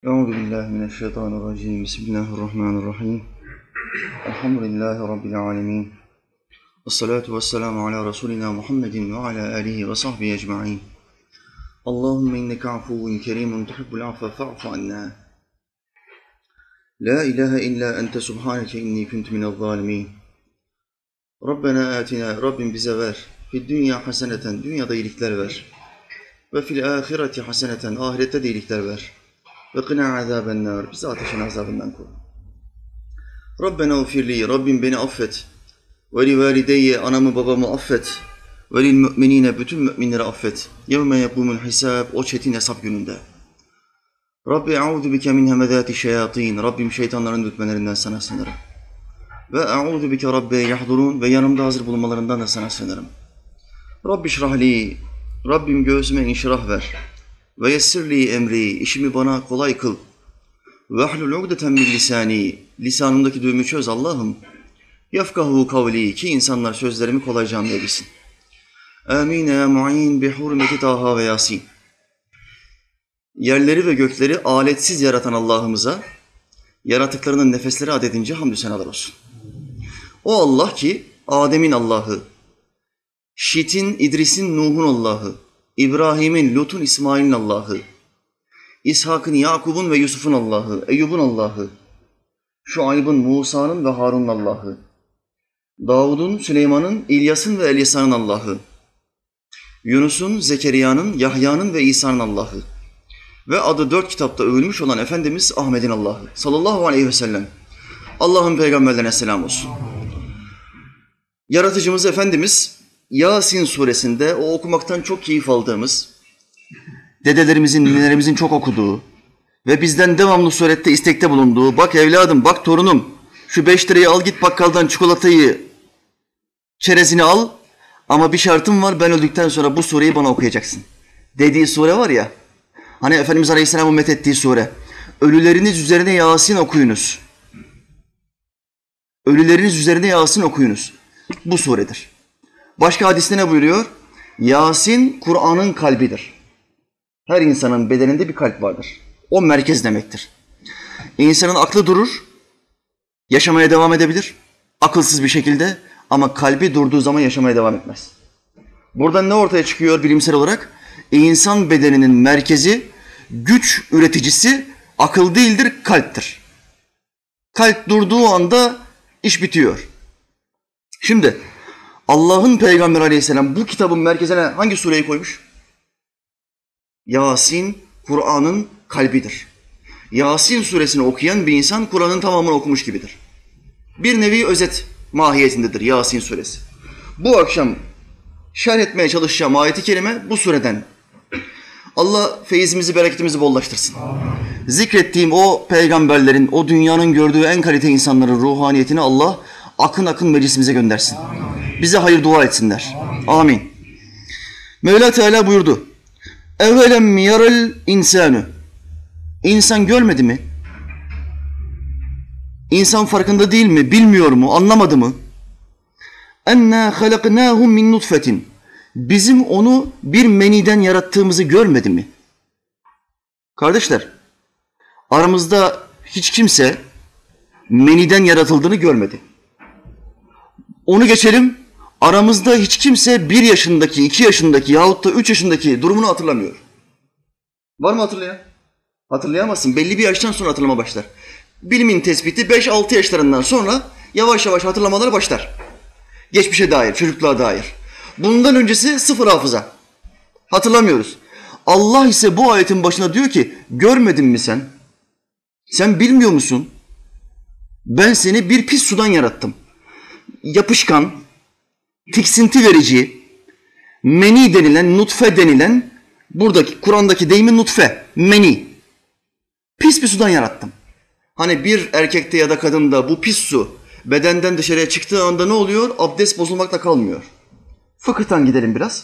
Euzubillahimineşşeytanirracim. Bismillahirrahmanirrahim. Elhamdülillahi Rabbil alemin. Vessalatu vesselamu ala Resulina Muhammedin ve ala alihi ve sahbihi ecma'in. Allahümme inneke afuvun kerimun tuhibbul affe fa'fu anna. La ilahe illa ente subhaneke inni kuntu minel zalimin. Rabbena atina, Rabbim bize ver. Fid dünya haseneten, dünyada iyilikler ver. Ve fil ahireti haseneten, ahirette de iyilikler ver. Ve qina azaben nar, bizi ateşin azabından koru. Rabbena ufirli, Rabbim beni affet. Ve li valideyye, anamı babamı affet. Ve lil müminine, bütün müminleri affet. Yevme yekumul hisab, o çetin hesap gününde. Rabbi a'udhu bike min hemezati şeyatin, Rabbim şeytanların dürtmelerinden sana sığınırım. Ve a'udhu bike Rabbi yahdurun, ve yanımda hazır bulunmalarından da sana sığınırım. Rabbi şrahli, Rabbim göğsüme inşirah ver. Ve yessirli emri, işimi bana kolay kıl. Ve ahlul ugdeten min lisani, lisanımdaki düğümü çöz Allah'ım. Yefkahu kavli, ki insanlar sözlerimi kolayca anlayabilsin. Amin ya mu'in bi hurmeti Taha ve Yasin. Yerleri ve gökleri aletsiz yaratan Allah'ımıza, yaratıklarının nefesleri adedince hamdü senalar olsun. O Allah ki, Adem'in Allah'ı, Şit'in, İdris'in, Nuh'un Allah'ı, İbrahim'in, Lut'un, İsmail'in Allah'ı, İshak'ın, Yakub'un ve Yusuf'un Allah'ı, Eyyub'un Allah'ı, Şuayb'ın, Musa'nın ve Harun'un Allah'ı, Davud'un, Süleyman'ın, İlyas'ın ve Elyasa'nın Allah'ı, Yunus'un, Zekeriya'nın, Yahya'nın ve İsa'nın Allah'ı ve adı 4 kitapta övülmüş olan Efendimiz Ahmet'in Allah'ı sallallahu aleyhi ve sellem. Allah'ın peygamberlerine selam olsun. Yaratıcımız Efendimiz Yasin suresinde o okumaktan çok keyif aldığımız, dedelerimizin, ninelerimizin çok okuduğu ve bizden devamlı surette istekte bulunduğu, bak evladım, bak torunum, şu 5 lirayı al git bakkaldan çikolatayı, çerezini al ama bir şartım var, ben öldükten sonra bu sureyi bana okuyacaksın dediği sure var ya, hani Efendimiz Aleyhisselam'ın methettiği sure, ölüleriniz üzerine Yasin okuyunuz. Ölüleriniz üzerine Yasin okuyunuz. Bu suredir. Başka hadiste ne buyuruyor? Yasin, Kur'an'ın kalbidir. Her insanın bedeninde bir kalp vardır. O merkez demektir. İnsanın aklı durur, yaşamaya devam edebilir, akılsız bir şekilde, ama kalbi durduğu zaman yaşamaya devam etmez. Buradan ne ortaya çıkıyor bilimsel olarak? İnsan bedeninin merkezi, güç üreticisi akıl değildir, kalptir. Kalp durduğu anda iş bitiyor. Şimdi Allah'ın Peygamberi Aleyhisselam bu kitabın merkezine hangi sureyi koymuş? Yasin, Kur'an'ın kalbidir. Yasin suresini okuyan bir insan Kur'an'ın tamamını okumuş gibidir. Bir nevi özet mahiyetindedir Yasin suresi. Bu akşam şerh etmeye çalışacağım ayet-i kerime bu sureden. Allah feyizimizi, bereketimizi bollaştırsın. Zikrettiğim o peygamberlerin, o dünyanın gördüğü en kalite insanların ruhaniyetini Allah akın akın meclisimize göndersin. Bize hayır dua etsinler. Amin. Mevla Teala buyurdu. Evvelem yarel insanu. İnsan görmedi mi? İnsan farkında değil mi? Bilmiyor mu? Anlamadı mı? Enna halaknâhu min nutfetin. Bizim onu bir meniden yarattığımızı görmedi mi? Kardeşler, aramızda hiç kimse meniden yaratıldığını görmedi. Onu geçelim, aramızda hiç kimse 1 yaşındaki, 2 yaşındaki yahut da 3 yaşındaki durumunu hatırlamıyor. Var mı hatırlayan? Hatırlayamazsın. Belli bir yaştan sonra hatırlama başlar. Bilimin tespiti 5-6 yaşlarından sonra yavaş yavaş hatırlamalar başlar. Geçmişe dair, çocukluğa dair. Bundan öncesi sıfır hafıza. Hatırlamıyoruz. Allah ise bu ayetin başına diyor ki, görmedin mi sen? Sen bilmiyor musun? Ben seni bir pis sudan yarattım. Yapışkan, tiksinti verici, meni denilen, nutfe denilen, buradaki Kur'an'daki deyimi nutfe, meni. Pis bir sudan yarattım. Hani bir erkekte ya da kadında bu pis su bedenden dışarıya çıktığı anda ne oluyor? Abdest bozulmakla kalmıyor. Fıkıhtan gidelim biraz.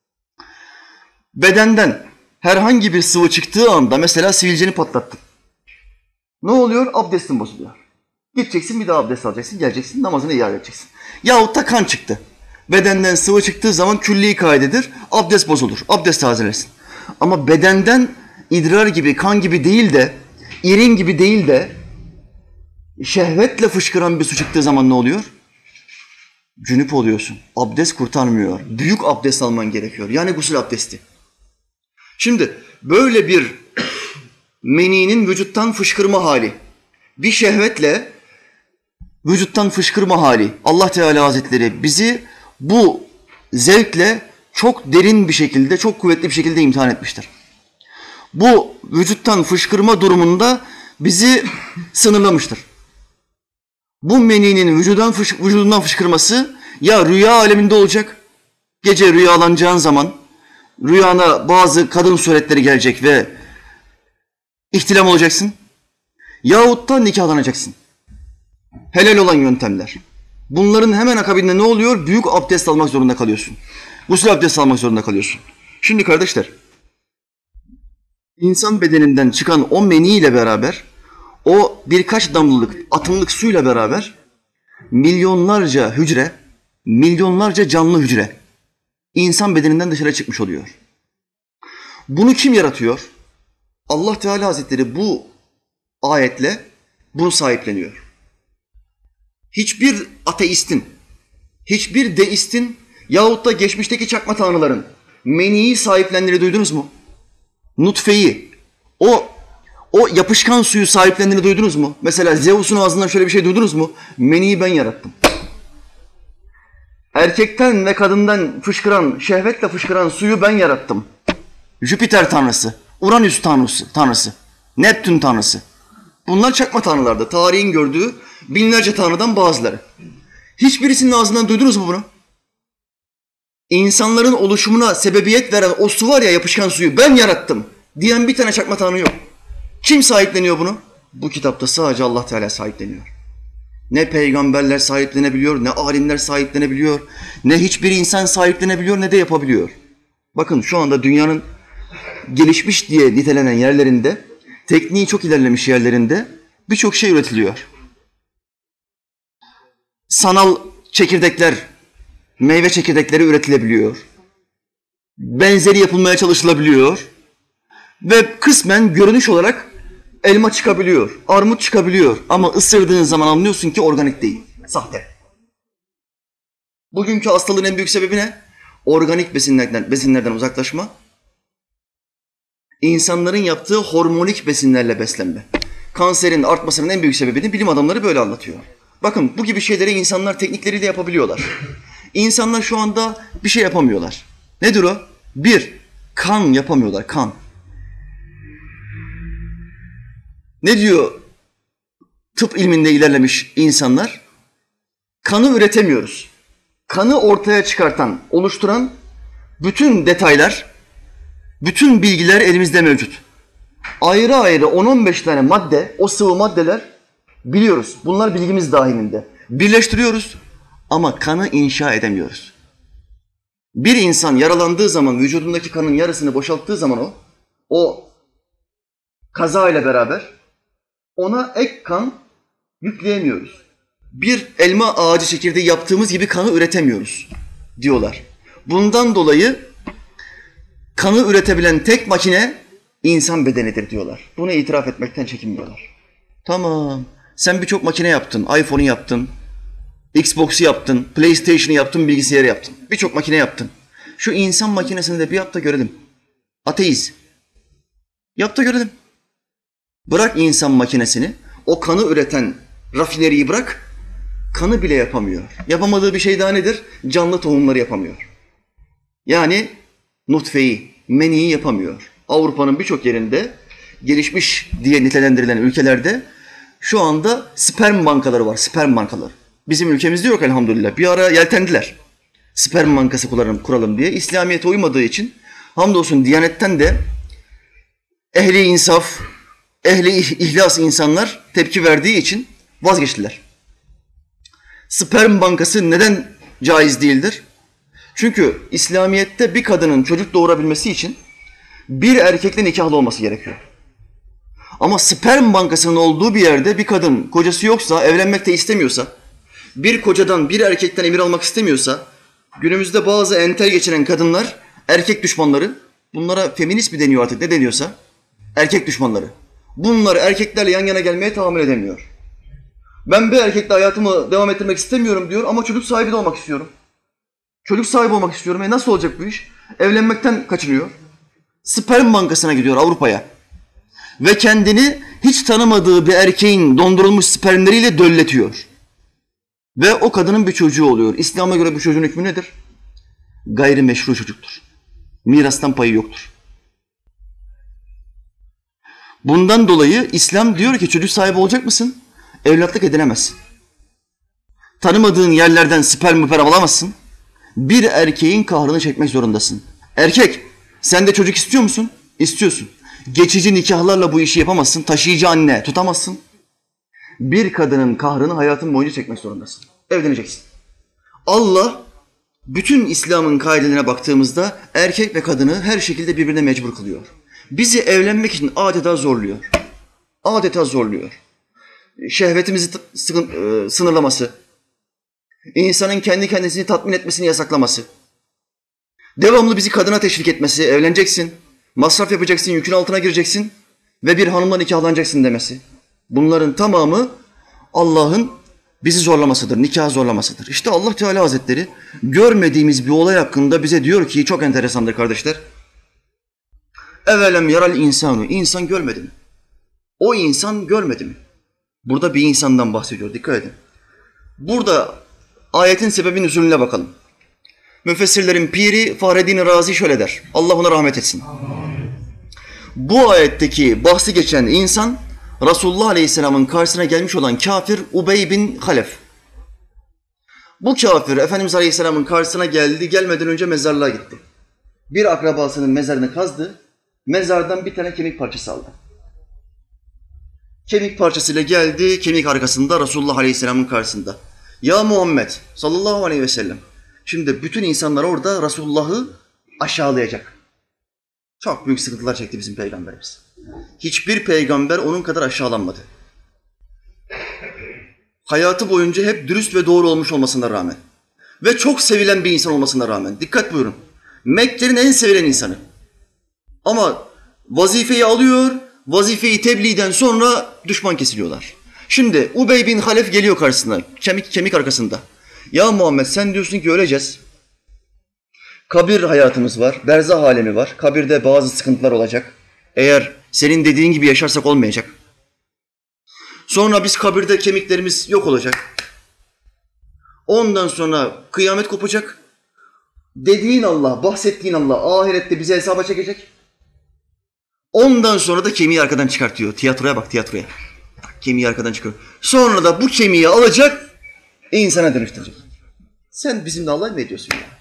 Bedenden herhangi bir sıvı çıktığı anda, mesela sivilceni patlattın. Ne oluyor? Abdestin bozuluyor. Gideceksin, bir daha abdest alacaksın, geleceksin, namazını iade edeceksin. Yahut da kan çıktı. Bedenden sıvı çıktığı zaman külli kaidedir, abdest bozulur, abdest tazelersin. Ama bedenden idrar gibi, kan gibi değil de irin gibi değil de şehvetle fışkıran bir su çıktığı zaman ne oluyor? Cünüp oluyorsun. Abdest kurtarmıyor. Büyük abdest alman gerekiyor. Yani gusül abdesti. Şimdi böyle bir meninin vücuttan fışkırma hali, bir şehvetle vücuttan fışkırma hali. Allah Teala Hazretleri bizi bu zevkle çok derin bir şekilde, çok kuvvetli bir şekilde imtihan etmiştir. Bu vücuttan fışkırma durumunda bizi sınırlamıştır. Bu meninin vücudundan fışkırması ya rüya aleminde olacak, gece rüyalanacağın zaman rüyana bazı kadın suretleri gelecek ve ihtilam olacaksın, yahut da nikahlanacaksın. Helal olan yöntemler. Bunların hemen akabinde ne oluyor? Büyük abdest almak zorunda kalıyorsun. Gusül abdesti almak zorunda kalıyorsun. Şimdi kardeşler, insan bedeninden çıkan o meni ile beraber, o birkaç damlalık atımlık suyla beraber milyonlarca hücre, milyonlarca canlı hücre insan bedeninden dışarı çıkmış oluyor. Bunu kim yaratıyor? Allah Teala Hazretleri bu ayetle bunu sahipleniyor. Hiçbir ateistin, hiçbir deistin yahut da geçmişteki çakma tanrıların meniyi sahiplendiğini duydunuz mu? Nutfeyi, o yapışkan suyu sahiplendiğini duydunuz mu? Mesela Zeus'un ağzından şöyle bir şey duydunuz mu? Meniyi ben yarattım. Erkekten ve kadından fışkıran, şehvetle fışkıran suyu ben yarattım. Jüpiter tanrısı, Uranüs tanrısı, Neptün tanrısı. Bunlar çakma tanrılardı. Tarihin gördüğü binlerce tanrıdan bazıları. Hiçbirisinin ağzından duydunuz mu bunu? İnsanların oluşumuna sebebiyet veren o su var ya, yapışkan suyu ben yarattım diyen bir tane çakma tanrı yok. Kim sahipleniyor bunu? Bu kitapta sadece Allah Teala sahipleniyor. Ne peygamberler sahiplenebiliyor, ne alimler sahiplenebiliyor, ne hiçbir insan sahiplenebiliyor, ne de yapabiliyor. Bakın şu anda dünyanın gelişmiş diye nitelenen yerlerinde, tekniği çok ilerlemiş yerlerinde birçok şey üretiliyor. Sanal çekirdekler, meyve çekirdekleri üretilebiliyor. Benzeri yapılmaya çalışılabiliyor. Ve kısmen görünüş olarak elma çıkabiliyor, armut çıkabiliyor. Ama ısırdığın zaman anlıyorsun ki organik değil, sahte. Bugünkü hastalığın en büyük sebebi ne? Organik besinlerden uzaklaşma. İnsanların yaptığı hormonik besinlerle beslenme. Kanserin artmasının en büyük sebebini bilim adamları böyle anlatıyor. Bakın bu gibi şeyleri insanlar teknikleriyle yapabiliyorlar. İnsanlar şu anda bir şey yapamıyorlar. Nedir o? Bir, kan yapamıyorlar, kan. Ne diyor tıp ilminde ilerlemiş insanlar? Kanı üretemiyoruz. Kanı ortaya çıkartan, oluşturan bütün detaylar, bütün bilgiler elimizde mevcut. Ayrı ayrı 10-15 tane madde, o sıvı maddeler biliyoruz. Bunlar bilgimiz dahilinde. Birleştiriyoruz ama kanı inşa edemiyoruz. Bir insan yaralandığı zaman, vücudundaki kanın yarısını boşalttığı zaman o kaza ile beraber ona ek kan yükleyemiyoruz. Bir elma ağacı çekirdeği yaptığımız gibi kanı üretemiyoruz diyorlar. Bundan dolayı kanı üretebilen tek makine insan bedenidir diyorlar. Bunu itiraf etmekten çekinmiyorlar. Tamam, sen birçok makine yaptın, iPhone'u yaptın, Xbox'u yaptın, PlayStation'ı yaptın, bilgisayarı yaptın. Birçok makine yaptın. Şu insan makinesini de bir yap da görelim. Ateist. Yap da görelim. Bırak insan makinesini, o kanı üreten rafineriyi bırak, kanı bile yapamıyor. Yapamadığı bir şey daha nedir? Canlı tohumları yapamıyor. Yani nutfeyi, meniyi yapamıyor. Avrupa'nın birçok yerinde, gelişmiş diye nitelendirilen ülkelerde şu anda sperm bankaları var, sperm bankaları. Bizim ülkemizde yok elhamdülillah. Bir ara yeltendiler. Sperm bankası kuralım diye. İslamiyet'e uymadığı için hamdolsun Diyanet'ten de ehli insaf, ehli ihlas insanlar tepki verdiği için vazgeçtiler. Sperm bankası neden caiz değildir? Çünkü İslamiyet'te bir kadının çocuk doğurabilmesi için bir erkekle nikahlı olması gerekiyor. Ama sperm bankasının olduğu bir yerde bir kadın kocası yoksa, evlenmek de istemiyorsa, bir kocadan bir erkekten emir almak istemiyorsa, günümüzde bazı entel geçiren kadınlar, erkek düşmanları, bunlara feminist mi deniyor artık ne deniyorsa, erkek düşmanları. Bunlar erkeklerle yan yana gelmeye tahammül edemiyor. Ben bir erkekle hayatımı devam ettirmek istemiyorum diyor ama çocuk sahibi de olmak istiyorum. Çocuk sahibi olmak istiyorum. Nasıl olacak bu iş? Evlenmekten kaçınıyor. Sperm bankasına gidiyor Avrupa'ya. Ve kendini hiç tanımadığı bir erkeğin dondurulmuş spermleriyle dölletiyor. Ve o kadının bir çocuğu oluyor. İslam'a göre bu çocuğun hükmü nedir? Gayrimeşru çocuktur. Mirastan payı yoktur. Bundan dolayı İslam diyor ki çocuk sahibi olacak mısın? Evlatlık edinemezsin. Tanımadığın yerlerden sperm alamazsın. Bir erkeğin kahrını çekmek zorundasın. Erkek, sen de çocuk istiyor musun? İstiyorsun. Geçici nikahlarla bu işi yapamazsın. Taşıyıcı anne tutamazsın. Bir kadının kahrını hayatın boyunca çekmek zorundasın. Evleneceksin. Allah bütün İslam'ın kaidelerine baktığımızda erkek ve kadını her şekilde birbirine mecbur kılıyor. Bizi evlenmek için adeta zorluyor. Adeta zorluyor. Şehvetimizi sınırlaması, insanın kendi kendisini tatmin etmesini yasaklaması, devamlı bizi kadına teşvik etmesi, evleneceksin, masraf yapacaksın, yükün altına gireceksin ve bir hanımla nikahlanacaksın demesi. Bunların tamamı Allah'ın bizi zorlamasıdır, nikah zorlamasıdır. İşte Allah Teala Hazretleri görmediğimiz bir olay hakkında bize diyor ki, çok enteresandır kardeşler. Evelem yaral insanu, insan görmedi mi? O insan görmedi mi? Burada bir insandan bahsediyor, dikkat edin. Burada ayetin sebebinin nüzulüne bakalım. Müfessirlerin piri Fahreddin Razi şöyle der. Allah ona rahmet etsin. Bu ayetteki bahsi geçen insan Resulullah Aleyhisselam'ın karşısına gelmiş olan kafir Ubey bin Halef. Bu kafir Efendimiz Aleyhisselam'ın karşısına geldi, gelmeden önce mezarlığa gitti. Bir akrabasının mezarını kazdı, mezardan bir tane kemik parçası aldı. Kemik parçasıyla geldi, kemik arkasında Resulullah Aleyhisselam'ın karşısında. Ya Muhammed sallallahu aleyhi ve sellem. Şimdi bütün insanlar orada Resulullah'ı aşağılayacak. Çok büyük sıkıntılar çekti bizim peygamberimiz. Hiçbir peygamber onun kadar aşağılanmadı. Hayatı boyunca hep dürüst ve doğru olmuş olmasına rağmen ve çok sevilen bir insan olmasına rağmen, dikkat buyurun, Mekke'nin en sevilen insanı. Ama vazifeyi alıyor, vazifeyi tebliğden sonra düşman kesiliyorlar. Şimdi Ubey bin Halef geliyor karşısına, kemik arkasında. Ya Muhammed sen diyorsun ki öleceğiz. Kabir hayatımız var, berzah alemi var. Kabirde bazı sıkıntılar olacak. Eğer senin dediğin gibi yaşarsak olmayacak. Sonra biz kabirde kemiklerimiz yok olacak. Ondan sonra kıyamet kopacak. Dediğin Allah, bahsettiğin Allah ahirette bizi hesaba çekecek. Ondan sonra da kemiği arkadan çıkartıyor. Tiyatroya bak, tiyatroya. Kemiği arkadan çıkarıyor. Sonra da bu kemiği alacak, insana dönüştürecek. Sen bizimle alay mı ediyorsun ya?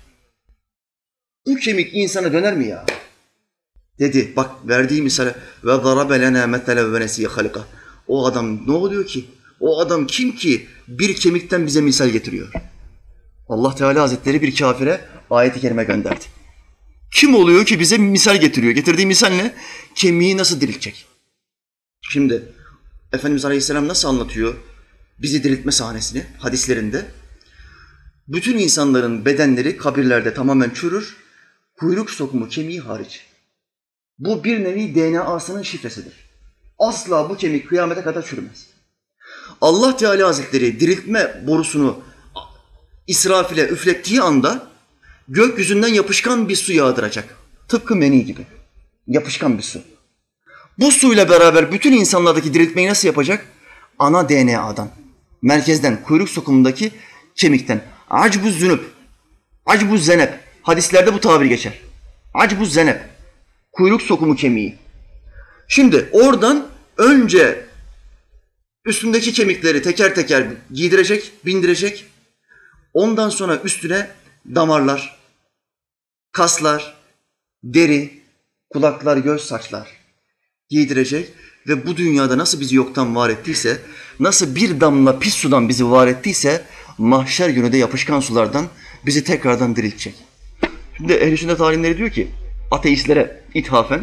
Bu kemik insana döner mi ya? Dedi. Bak verdiği misale ve zarabe lena mesele ve nesiye halika. O adam ne oluyor ki? O adam kim ki bir kemikten bize misal getiriyor? Allah Teala Hazretleri bir kafire ayet-i kerime gönderdi. Kim oluyor ki bize misal getiriyor? Getirdiği misal ne? Kemiği nasıl diriltecek? Şimdi Efendimiz Aleyhisselam nasıl anlatıyor bizi diriltme sahnesini hadislerinde? Bütün insanların bedenleri kabirlerde tamamen çürür, kuyruk sokumu kemiği hariç. Bu bir nevi DNA'sının şifresidir. Asla bu kemik kıyamete kadar çürümez. Allah Teala Hazretleri diriltme borusunu İsrafil'e üflettiği anda gökyüzünden yapışkan bir su yağdıracak. Tıpkı meni gibi. Yapışkan bir su. Bu suyla beraber bütün insanlardaki diriltmeyi nasıl yapacak? Ana DNA'dan, merkezden, kuyruk sokumundaki kemikten. Acbuz zünüp, acbuz zenep. Hadislerde bu tabir geçer. Acbuz zenep, kuyruk sokumu kemiği. Şimdi oradan önce üstündeki kemikleri teker teker giydirecek, bindirecek. Ondan sonra üstüne damarlar, kaslar, deri, kulaklar, göz, saçlar giydirecek ve bu dünyada nasıl bizi yoktan var ettiyse, nasıl bir damla pis sudan bizi var ettiyse, mahşer günü de yapışkan sulardan bizi tekrardan diriltecek. Şimdi ehl-i sünnet alimleri diyor ki, ateistlere ithafen,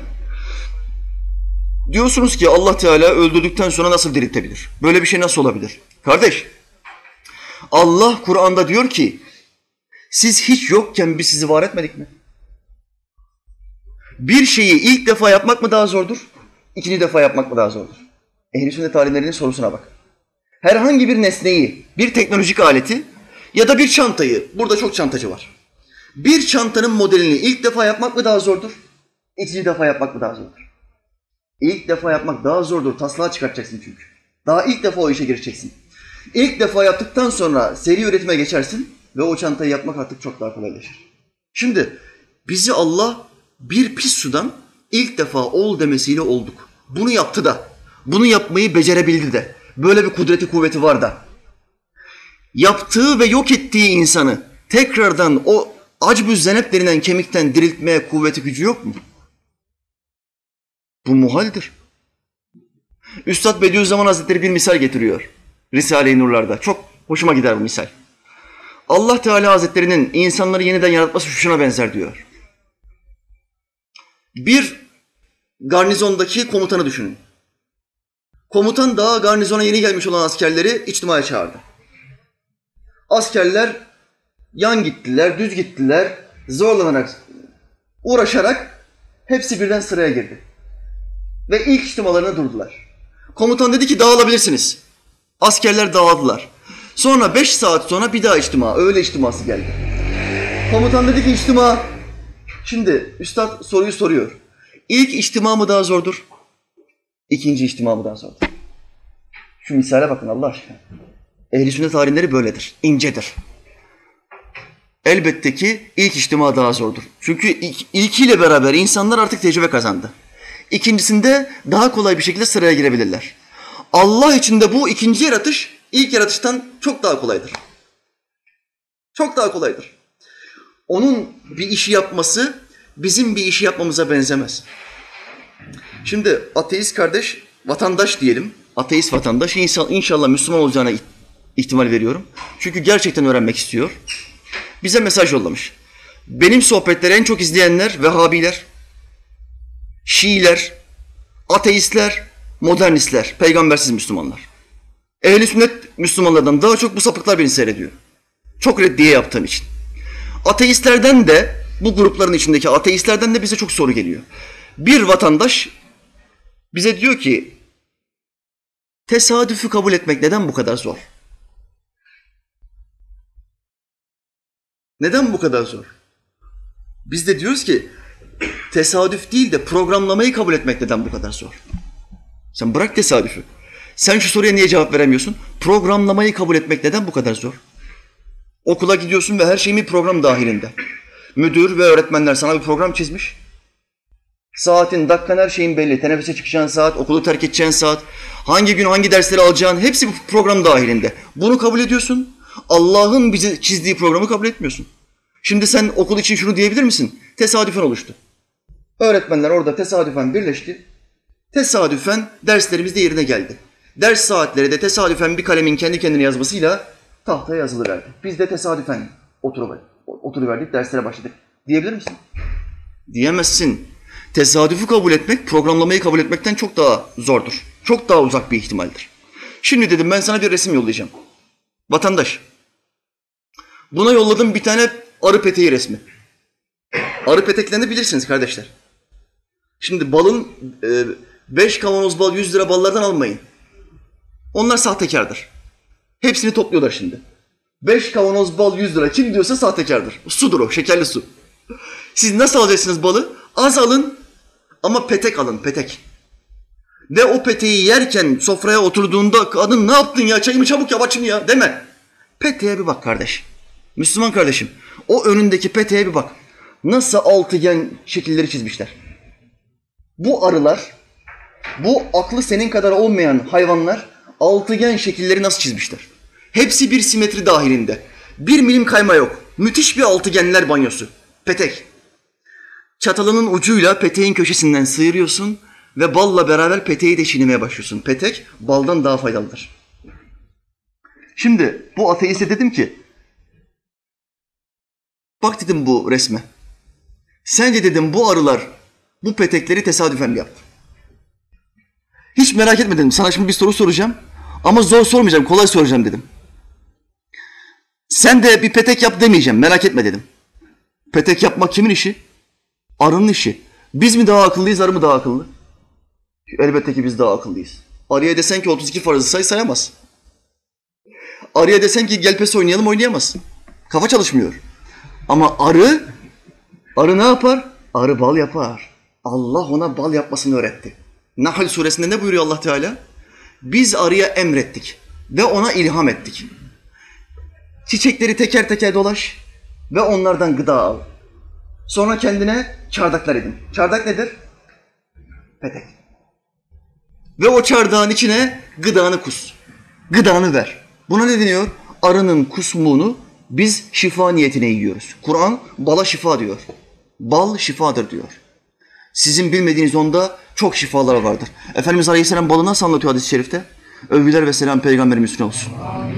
diyorsunuz ki Allah Teala öldürdükten sonra nasıl diriltebilir? Böyle bir şey nasıl olabilir? Kardeş, Allah Kur'an'da diyor ki, siz hiç yokken biz sizi var etmedik mi? Bir şeyi ilk defa yapmak mı daha zordur? İkinci defa yapmak mı daha zordur? Ehl-i sünnet alimlerinin sorusuna bak. Herhangi bir nesneyi, bir teknolojik aleti ya da bir çantayı, burada çok çantacı var. Bir çantanın modelini ilk defa yapmak mı daha zordur? İkinci defa yapmak mı daha zordur? İlk defa yapmak daha zordur. Taslağı çıkartacaksın çünkü. Daha ilk defa o işe gireceksin. İlk defa yaptıktan sonra seri üretime geçersin ve o çantayı yapmak artık çok daha kolaylaşır. Şimdi bizi Allah bir pis sudan ilk defa ol demesiyle olduk. Bunu yaptı da, bunu yapmayı becerebildi de. Böyle bir kudreti kuvveti var da. Yaptığı ve yok ettiği insanı tekrardan o acb-ü zenep denilen kemikten diriltmeye kuvveti gücü yok mu? Bu muhaldir. Üstad Bediüzzaman Hazretleri bir misal getiriyor Risale-i Nurlar'da. Çok hoşuma gider bu misal. Allah Teala Hazretleri'nin insanları yeniden yaratması şuna benzer diyor. Bir garnizondaki komutanı düşünün. Komutan daha garnizona yeni gelmiş olan askerleri içtimaya çağırdı. Askerler yan gittiler, düz gittiler, zorlanarak, uğraşarak hepsi birden sıraya girdi. Ve ilk içtimalarına durdular. Komutan dedi ki dağılabilirsiniz. Askerler dağıldılar. Sonra 5 saat sonra bir daha içtima, öğle içtiması geldi. Komutan dedi ki içtima. Şimdi üstad soruyu soruyor. İlk içtima mı daha zordur? İkinci içtima mı daha zordur? Şu misale bakın Allah aşkına. Ehl-i sünnet alimleri böyledir, incedir. Elbette ki ilk içtima daha zordur. Çünkü ilkiyle beraber insanlar artık tecrübe kazandı. İkincisinde daha kolay bir şekilde sıraya girebilirler. Allah için de bu ikinci yaratış ilk yaratıştan çok daha kolaydır. Çok daha kolaydır. Onun bir işi yapması bizim bir işi yapmamıza benzemez. Şimdi ateist kardeş, vatandaş diyelim, ateist vatandaş inşallah Müslüman olacağına ihtimal veriyorum. Çünkü gerçekten öğrenmek istiyor. Bize mesaj yollamış. Benim sohbetleri en çok izleyenler Vehhabiler, Şiiler, ateistler, modernistler, peygambersiz Müslümanlar. Ehl-i sünnet Müslümanlardan daha çok bu sapıklar beni seyrediyor. Çok reddiye yaptığım için. Ateistlerden de, bu grupların içindeki ateistlerden de bize çok soru geliyor. Bir vatandaş bize diyor ki, tesadüfü kabul etmek neden bu kadar zor? Neden bu kadar zor? Biz de diyoruz ki, tesadüf değil de programlamayı kabul etmek neden bu kadar zor? Sen bırak tesadüfü. Sen şu soruya niye cevap veremiyorsun? Programlamayı kabul etmek neden bu kadar zor? Okula gidiyorsun ve her şeyin bir program dahilinde. Müdür ve öğretmenler sana bir program çizmiş. Saatin, dakikan, her şeyin belli. Teneffüse çıkacağın saat, okulu terk edeceğin saat, hangi gün hangi dersleri alacağın hepsi bu program dahilinde. Bunu kabul ediyorsun. Allah'ın bize çizdiği programı kabul etmiyorsun. Şimdi sen okul için şunu diyebilir misin? Tesadüfen oluştu. Öğretmenler orada tesadüfen birleşti. Tesadüfen derslerimiz de yerine geldi. Ders saatleri de tesadüfen bir kalemin kendi kendine yazmasıyla tahtaya yazılıverdi. Biz de tesadüfen oturuverdik, derslere başladık. Diyebilir misin? Diyemezsin. Tesadüfü kabul etmek, programlamayı kabul etmekten çok daha zordur. Çok daha uzak bir ihtimaldir. Şimdi dedim ben sana bir resim yollayacağım. Vatandaş, buna yolladığım bir tane arı peteği resmi. Arı peteklerini bilirsiniz kardeşler. Şimdi balın 5 kavanoz bal 100 lira ballardan almayın. Onlar sahtekardır. Hepsini topluyorlar şimdi. 5 kavanoz bal 100 lira kim diyorsa sahtekardır. Sudur o, şekerli su. Siz nasıl alacaksınız balı? Az alın ama petek alın, petek. Ve o peteği yerken sofraya oturduğunda kadın ne yaptın ya, çayımı çabuk yap açın ya deme. Peteğe bir bak kardeş. Müslüman kardeşim, o önündeki peteğe bir bak. Nasıl altıgen şekilleri çizmişler. Bu arılar, bu aklı senin kadar olmayan hayvanlar altıgen şekilleri nasıl çizmişler? Hepsi bir simetri dahilinde. 1 milim kayma yok. Müthiş bir altıgenler banyosu. Petek. Çatalının ucuyla peteğin köşesinden sıyırıyorsun ve balla beraber peteği de çiğnemeye başlıyorsun. Petek baldan daha faydalıdır. Şimdi bu ateiste dedim ki, bak dedim bu resme. Sence dedim bu arılar bu petekleri tesadüfen mi yaptı? Hiç merak etme dedim. Sana şimdi bir soru soracağım. Ama zor sormayacağım, kolay soracağım dedim. Sen de bir petek yap demeyeceğim, merak etme dedim. Petek yapmak kimin işi? Arının işi. Biz mi daha akıllıyız, arı mı daha akıllı? Elbette ki biz daha akıllıyız. Arıya desen ki 32 farzı say, sayamaz. Arıya desen ki gel pes oynayalım, oynayamaz. Kafa çalışmıyor. Ama arı ne yapar? Arı bal yapar. Allah ona bal yapmasını öğretti. Nahl suresinde ne buyuruyor Allah Teala? Biz arıya emrettik ve ona ilham ettik. Çiçekleri teker teker dolaş ve onlardan gıda al. Sonra kendine çardaklar edin. Çardak nedir? Petek. Ve o çardağın içine gıdanı kus. Gıdanı ver. Buna ne deniyor? Arının kusmuğunu biz şifa niyetine yiyoruz. Kur'an bala şifa diyor. Bal şifadır diyor. Sizin bilmediğiniz onda çok şifalar vardır. Efendimiz Aleyhisselam balı nasıl anlatıyor hadis-i şerifte? Övgüler ve selam peygamberimiz üstüne olsun.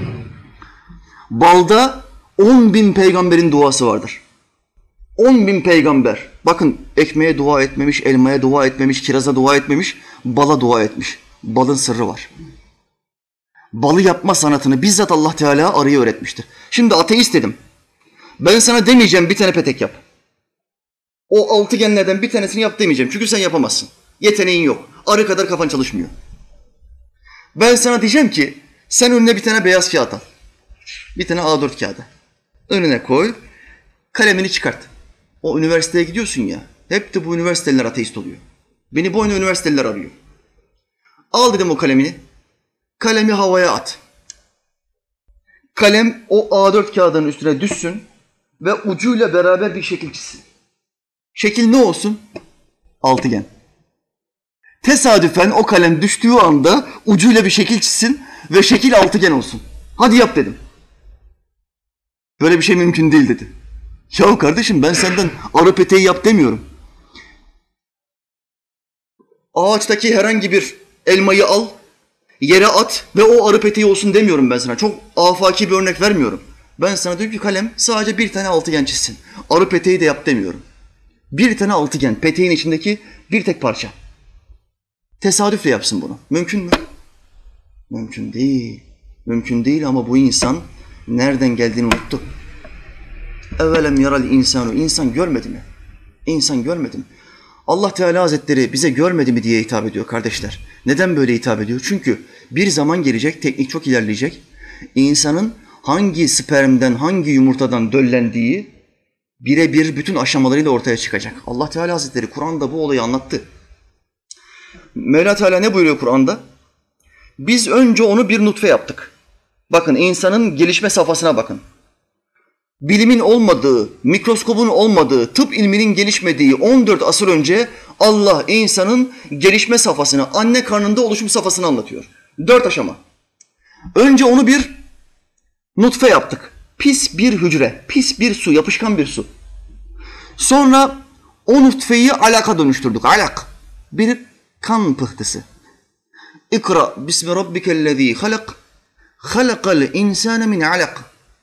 Balda 10.000 peygamberin duası vardır. 10.000 peygamber. Bakın ekmeğe dua etmemiş, elmaya dua etmemiş, kiraza dua etmemiş, bala dua etmiş. Balın sırrı var. Balı yapma sanatını bizzat Allah Teala arıya öğretmiştir. Şimdi ateist dedim. Ben sana demeyeceğim bir tane petek yap. O altıgenlerden bir tanesini yap demeyeceğim. Çünkü sen yapamazsın. Yeteneğin yok. Arı kadar kafan çalışmıyor. Ben sana diyeceğim ki sen önüne bir tane beyaz kağıt al. Bir tane A4 kağıdı. Önüne koy. Kalemini çıkart. O üniversiteye gidiyorsun ya. Hep de bu üniversiteliler ateist oluyor. Beni bu üniversiteliler arıyor. Al dedim o kalemini. Kalemi havaya at. Kalem o A4 kağıdının üstüne düşsün ve ucuyla beraber bir şekil çizsin. Şekil ne olsun? Altıgen. Tesadüfen o kalem düştüğü anda ucuyla bir şekil çizsin ve şekil altıgen olsun. Hadi yap dedim. Böyle bir şey mümkün değil dedi. Yahu kardeşim ben senden arı peteği yap demiyorum. Ağaçtaki herhangi bir elmayı al, yere at ve o arı peteği olsun demiyorum ben sana. Çok afaki bir örnek vermiyorum. Ben sana diyorum ki kalem sadece bir tane altıgen çizsin. Arı peteği de yap demiyorum. Bir tane altıgen, peteğin içindeki bir tek parça. Tesadüfle yapsın bunu. Mümkün mü? Mümkün değil. Mümkün değil ama bu insan nereden geldiğini unuttu. Evvelem yaral insanu. İnsan görmedi mi? İnsan görmedi mi? Allah Teala Hazretleri bize görmedi mi diye hitap ediyor kardeşler. Neden böyle hitap ediyor? Çünkü bir zaman gelecek, teknik çok ilerleyecek. İnsanın hangi spermden, hangi yumurtadan döllendiği birebir bütün aşamalarıyla ortaya çıkacak. Allah Teala Hazretleri Kur'an'da bu olayı anlattı. Mevla Teala ne buyuruyor Kur'an'da? Biz önce onu bir nutfe yaptık. Bakın insanın gelişme safhasına bakın. Bilimin olmadığı, mikroskopun olmadığı, tıp ilminin gelişmediği 14 asır önce Allah insanın gelişme safhasını, anne karnında oluşum safhasını anlatıyor. 4 aşama. Önce onu bir nutfe yaptık. Pis bir hücre, pis bir su, yapışkan bir su. Sonra o nutfeyi alaka dönüştürdük. Alak. Bir kan pıhtısı. İkra bismi rabbikellezî halak. Halakal insâne min alak.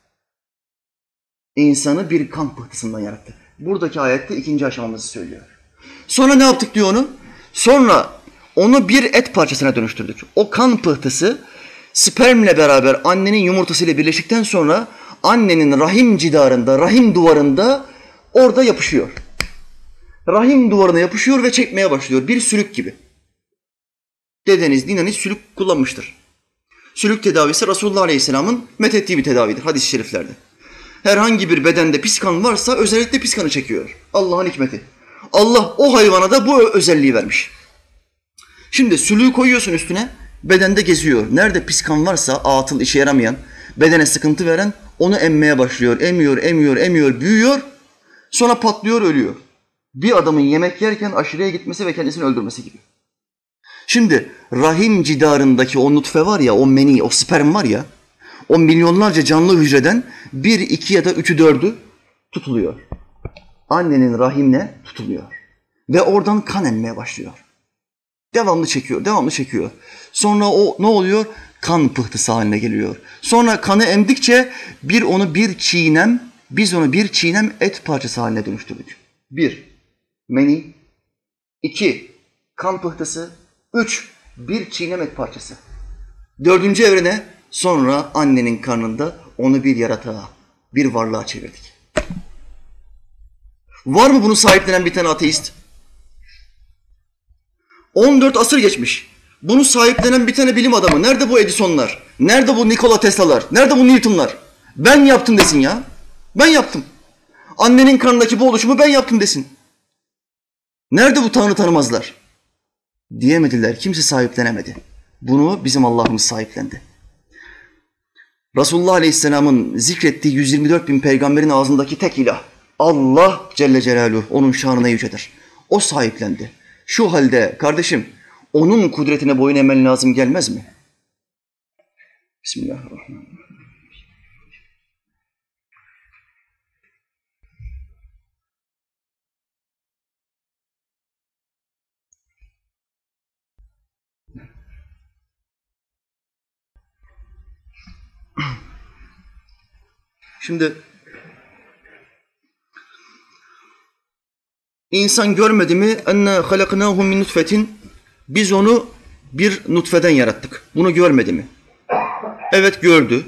İnsanı bir kan pıhtısından yarattı. Buradaki ayette ikinci aşamamızı söylüyor. Sonra ne yaptık diyor onu? Sonra onu bir et parçasına dönüştürdük. O kan pıhtısı spermle beraber annenin yumurtasıyla birleştikten sonra annenin rahim cidarında, rahim duvarında orada yapışıyor. Rahim duvarına yapışıyor ve çekmeye başlıyor. Bir sülük gibi. Dedeniz, nineniz sülük kullanmıştır. Sülük tedavisi Resulullah Aleyhisselam'ın methettiği bir tedavidir hadis-i şeriflerde. Herhangi bir bedende pis kan varsa özellikle pis kanı çekiyor. Allah'ın hikmeti. Allah o hayvana da bu özelliği vermiş. Şimdi sülüğü koyuyorsun üstüne, bedende geziyor. Nerede pis kan varsa, atıl işe yaramayan, bedene sıkıntı veren onu emmeye başlıyor. Emiyor, büyüyor. Sonra patlıyor, ölüyor. Bir adamın yemek yerken aşırıya gitmesi ve kendisini öldürmesi gibi. Şimdi rahim cidarındaki o nutfe var ya, o meni, o sperm var ya, o milyonlarca canlı hücreden 1, 2 ya da 3'ü 4'ü tutuluyor. Annenin rahimine tutuluyor. Ve oradan kan emmeye başlıyor. Devamlı çekiyor. Sonra o ne oluyor? Kan pıhtısı haline geliyor. Sonra kanı emdikçe biz onu bir çiğnem et parçası haline dönüştürdük. 1. Meni. 2. Kan pıhtısı. 3. Bir çiğnem et parçası. 4. evrene sonra annenin karnında onu bir yaratığa, bir varlığa çevirdik. Var mı bunu sahiplenen bir tane ateist? 14 asır geçmiş. Bunu sahiplenen bir tane bilim adamı. Nerede bu Edison'lar? Nerede bu Nikola Tesla'lar? Nerede bu Newton'lar? Ben yaptım desin ya. Ben yaptım. Annenin karnındaki bu oluşumu ben yaptım desin. Nerede bu Tanrı tanımazlar? Diyemediler. Kimse sahiplenemedi. Bunu bizim Allah'ımız sahiplendi. Resulullah Aleyhisselam'ın zikrettiği 124 bin peygamberin ağzındaki tek ilah Allah Celle Celaluhu, onun şanına yücedir. O sahiplendi. Şu halde kardeşim, onun kudretine boyun eğmen lazım gelmez mi? Bismillahirrahmanirrahim. Şimdi insan görmedi mi? Enne halaknâhum min nutfetin. Biz onu bir nutfeden yarattık. Bunu görmedi mi? Evet gördü.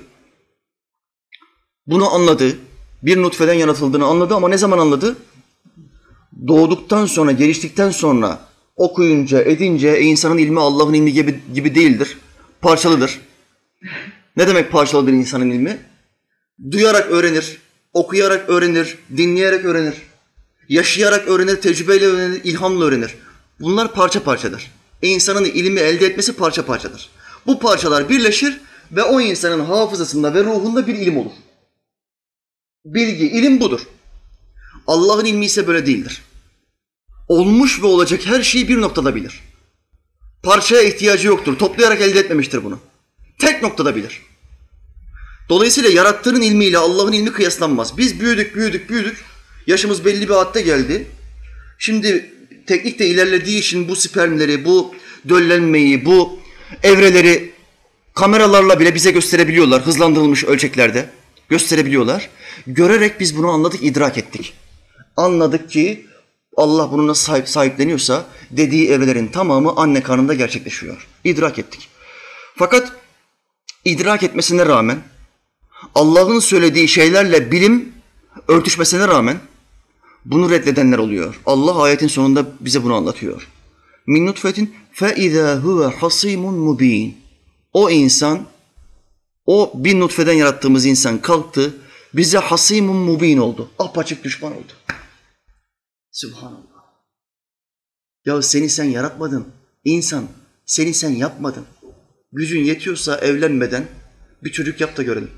Bunu anladı. Bir nutfeden yaratıldığını anladı ama ne zaman anladı? Doğduktan sonra, geliştikten sonra okuyunca, edince insanın ilmi Allah'ın ilmi gibi değildir. Parçalıdır. Ne demek parçalıdır insanın ilmi? Duyarak öğrenir, okuyarak öğrenir, dinleyerek öğrenir, yaşayarak öğrenir, tecrübeyle öğrenir, ilhamla öğrenir. Bunlar parça parçadır. İnsanın ilmi elde etmesi parça parçadır. Bu parçalar birleşir ve o insanın hafızasında ve ruhunda bir ilim olur. Bilgi, ilim budur. Allah'ın ilmi ise böyle değildir. Olmuş ve olacak her şeyi bir noktada bilir. Parçaya ihtiyacı yoktur. Toplayarak elde etmemiştir bunu. Tek noktada bilir. Dolayısıyla yarattığının ilmiyle Allah'ın ilmi kıyaslanmaz. Biz büyüdük. Yaşımız belli bir hadde geldi. Şimdi teknik de ilerlediği için bu spermleri, bu döllenmeyi, bu evreleri kameralarla bile bize gösterebiliyorlar. Hızlandırılmış ölçeklerde gösterebiliyorlar. Görerek biz bunu anladık, idrak ettik. Anladık ki Allah bunu nasıl sahipleniyorsa dediği evrelerin tamamı anne karnında gerçekleşiyor. İdrak ettik. Fakat idrak etmesine rağmen Allah'ın söylediği şeylerle bilim örtüşmesine rağmen bunu reddedenler oluyor. Allah ayetin sonunda bize bunu anlatıyor. Min nutfetin fe izâ huve hasimun mubîn. O insan, o bir nutfeden yarattığımız insan kalktı, bize hasimun mubîn oldu. Apaçık düşman oldu. Subhanallah. Ya seni sen yaratmadın. İnsan, seni sen yapmadın. Gücün yetiyorsa evlenmeden bir çocuk yap da görelim.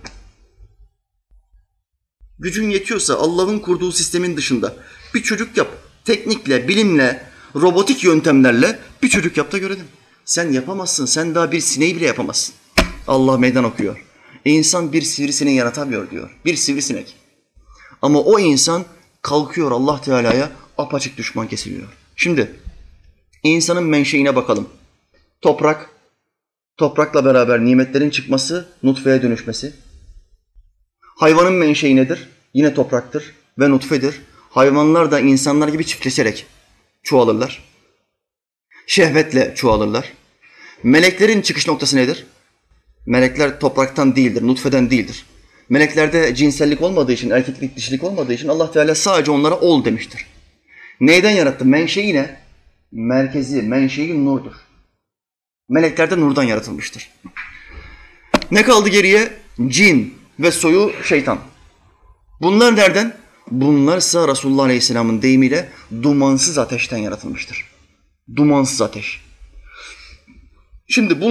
Gücün yetiyorsa Allah'ın kurduğu sistemin dışında bir çocuk yap. Teknikle, bilimle, robotik yöntemlerle bir çocuk yap da görelim. Sen yapamazsın. Sen daha bir sineği bile yapamazsın. Allah meydan okuyor. İnsan bir sivrisineği yaratamıyor diyor. Bir sivrisinek. Ama o insan kalkıyor Allah Teala'ya apaçık düşman kesiliyor. Şimdi insanın menşeine bakalım. Toprak, toprakla beraber nimetlerin çıkması, nutfeye dönüşmesi. Hayvanın menşei nedir? Yine topraktır ve nutfedir. Hayvanlar da insanlar gibi çiftleşerek çoğalırlar. Şehvetle çoğalırlar. Meleklerin çıkış noktası nedir? Melekler topraktan değildir, nutfeden değildir. Meleklerde cinsellik olmadığı için, erkeklik, dişilik olmadığı için Allah Teala sadece onlara ol demiştir. Neyden yarattı? Menşei ne? Merkezi, menşei nurdur. Melekler de nurdan yaratılmıştır. Ne kaldı geriye? Cin ve soyu şeytan. Bunlar nereden? Bunlarsa Resulullah Aleyhisselam'ın deyimiyle dumansız ateşten yaratılmıştır. Dumansız ateş. Şimdi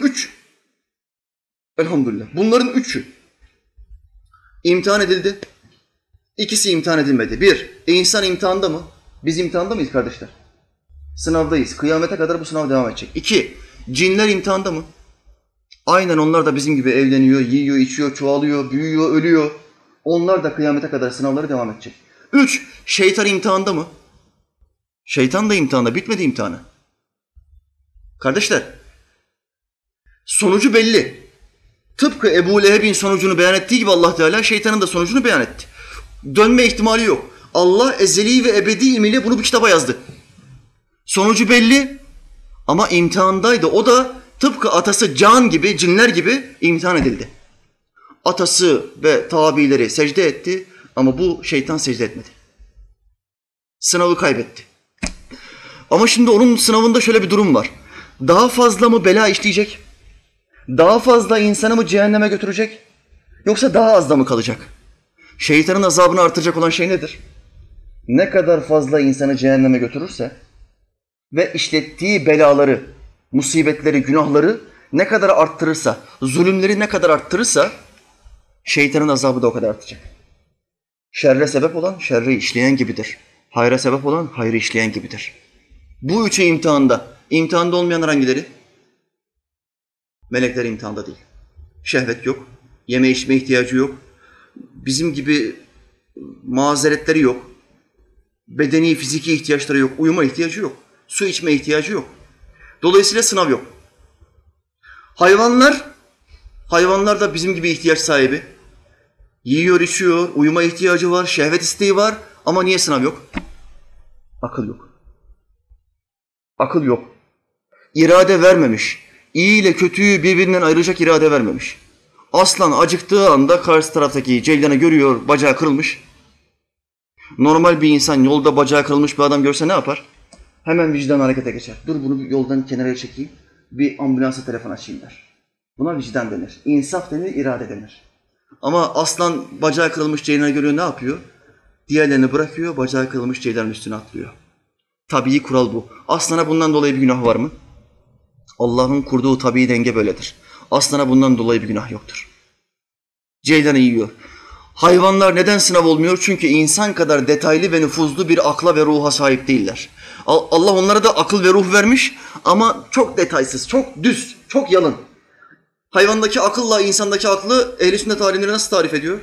bunların üçü imtihan edildi. İkisi imtihan edilmedi. Bir, insan imtihanda mı? Biz imtihanda mıyız kardeşler? Sınavdayız. Kıyamete kadar bu sınav devam edecek. İki, cinler imtihanda mı? Aynen onlar da bizim gibi evleniyor, yiyor, içiyor, çoğalıyor, büyüyor, ölüyor. Onlar da kıyamete kadar sınavları devam edecek. Üç, şeytan imtihanda mı? Şeytan da imtihanda, bitmedi imtihanı. Kardeşler, sonucu belli. Tıpkı Ebu Leheb'in sonucunu beyan ettiği gibi Allah Teala şeytanın da sonucunu beyan etti. Dönme ihtimali yok. Allah ezeli ve ebedi ilmiyle bunu bir kitaba yazdı. Sonucu belli ama imtihandaydı. O da tıpkı atası can gibi, cinler gibi imtihan edildi. Atası ve tabileri secde etti ama bu şeytan secde etmedi. Sınavı kaybetti. Ama şimdi onun sınavında şöyle bir durum var. daha fazla mı bela işleyecek? Daha fazla insanı mı cehenneme götürecek? Yoksa daha az da mı kalacak? Şeytanın azabını artıracak olan şey nedir? Ne kadar fazla insanı cehenneme götürürse ve işlettiği belaları, musibetleri, günahları ne kadar arttırırsa, zulümleri ne kadar arttırırsa şeytanın azabı da o kadar artacak. Şerre sebep olan şerri işleyen gibidir. Hayra sebep olan hayrı işleyen gibidir. Bu üçü imtihanda. İmtihanda olmayanlar hangileri? Melekler imtihanda değil. Şehvet yok, yeme içme ihtiyacı yok, bizim gibi mazeretleri yok, bedeni, fiziki ihtiyaçları yok, uyuma ihtiyacı yok, su içme ihtiyacı yok. Dolayısıyla sınav yok. Hayvanlar da bizim gibi ihtiyaç sahibi. Yiyor, içiyor, uyuma ihtiyacı var, şehvet isteği var ama niye sınav yok? Akıl yok. Akıl yok. İrade vermemiş. İyi ile kötüyü birbirinden ayıracak irade vermemiş. Aslan acıktığı anda karşı taraftaki ceylanı görüyor, bacağı kırılmış. Normal bir insan yolda bacağı kırılmış bir adam görse ne yapar? Hemen vicdan harekete geçer. Dur bunu bir yoldan kenara çekeyim, bir ambulansa telefon açayım der. Buna vicdan denir. İnsaf denir, irade denir. Ama aslan bacağı kırılmış ceylanı görüyor, ne yapıyor? Diğerlerini bırakıyor, bacağı kırılmış ceylanın üstüne atlıyor. Tabii kural bu. Aslana bundan dolayı bir günah var mı? Allah'ın kurduğu tabii denge böyledir. Aslana bundan dolayı bir günah yoktur. Ceylanı yiyor. Hayvanlar neden sınav olmuyor? Çünkü insan kadar detaylı ve nüfuzlu bir akla ve ruha sahip değiller. Allah onlara da akıl ve ruh vermiş ama çok detaysız, çok düz, çok yalın. Hayvandaki akılla insandaki aklı ehl-i sünnet alimleri nasıl tarif ediyor?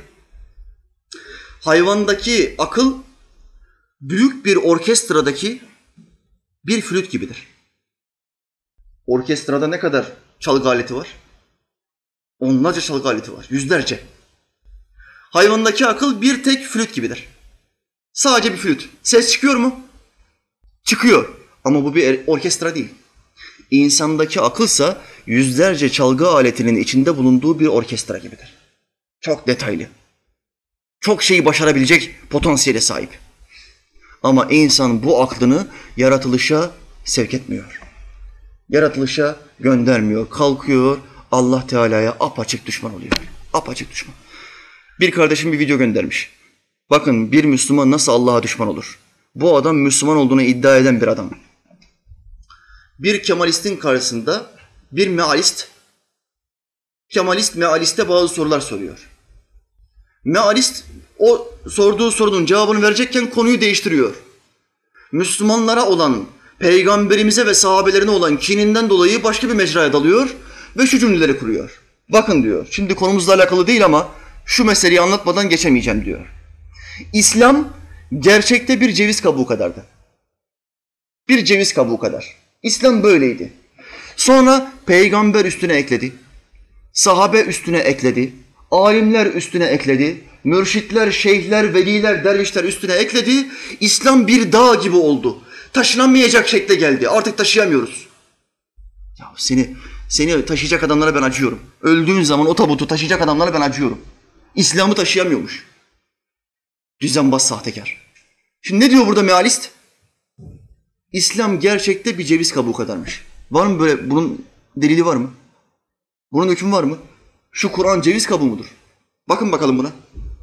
Hayvandaki akıl büyük bir orkestradaki bir flüt gibidir. Orkestrada ne kadar çalgı aleti var? Onlarca çalgı aleti var, yüzlerce. Hayvandaki akıl bir tek flüt gibidir. Sadece bir flüt. Ses çıkıyor mu? Çıkıyor. Ama bu bir orkestra değil. İnsandaki akılsa yüzlerce çalgı aletinin içinde bulunduğu bir orkestra gibidir. Çok detaylı. Çok şeyi başarabilecek potansiyele sahip. Ama insan bu aklını yaratılışa sevk etmiyor. Yaratılışa göndermiyor. Kalkıyor, Allah Teala'ya apaçık düşman oluyor. Apaçık düşman. Bir kardeşim bir video göndermiş. Bakın bir Müslüman nasıl Allah'a düşman olur? Bu adam Müslüman olduğunu iddia eden bir adam. Bir Kemalistin karşısında bir mealist, Kemalist mealiste bazı sorular soruyor. Mealist o sorduğu sorunun cevabını verecekken konuyu değiştiriyor. Müslümanlara olan, peygamberimize ve sahabelerine olan kininden dolayı başka bir mecraya dalıyor ve şu cümleleri kuruyor. Bakın diyor, şimdi konumuzla alakalı değil ama şu meseleyi anlatmadan geçemeyeceğim diyor. İslam gerçekte bir ceviz kabuğu kadardı. Bir ceviz kabuğu kadar. İslam böyleydi. Sonra peygamber üstüne ekledi. Sahabe üstüne ekledi. Alimler üstüne ekledi. Mürşitler, şeyhler, veliler, dervişler üstüne ekledi. İslam bir dağ gibi oldu. Taşınamayacak şekle geldi. Artık taşıyamıyoruz. Ya seni taşıyacak adamlara ben acıyorum. Öldüğün zaman o tabutu taşıyacak adamlara ben acıyorum. İslam'ı taşıyamıyormuş. Düzenbaz sahtekar. Şimdi ne diyor burada mealist? İslam gerçekte bir ceviz kabuğu kadarmış. Var mı böyle, bunun delili var mı? Bunun hükmü var mı? Şu Kur'an ceviz kabuğu mudur? Bakın bakalım buna.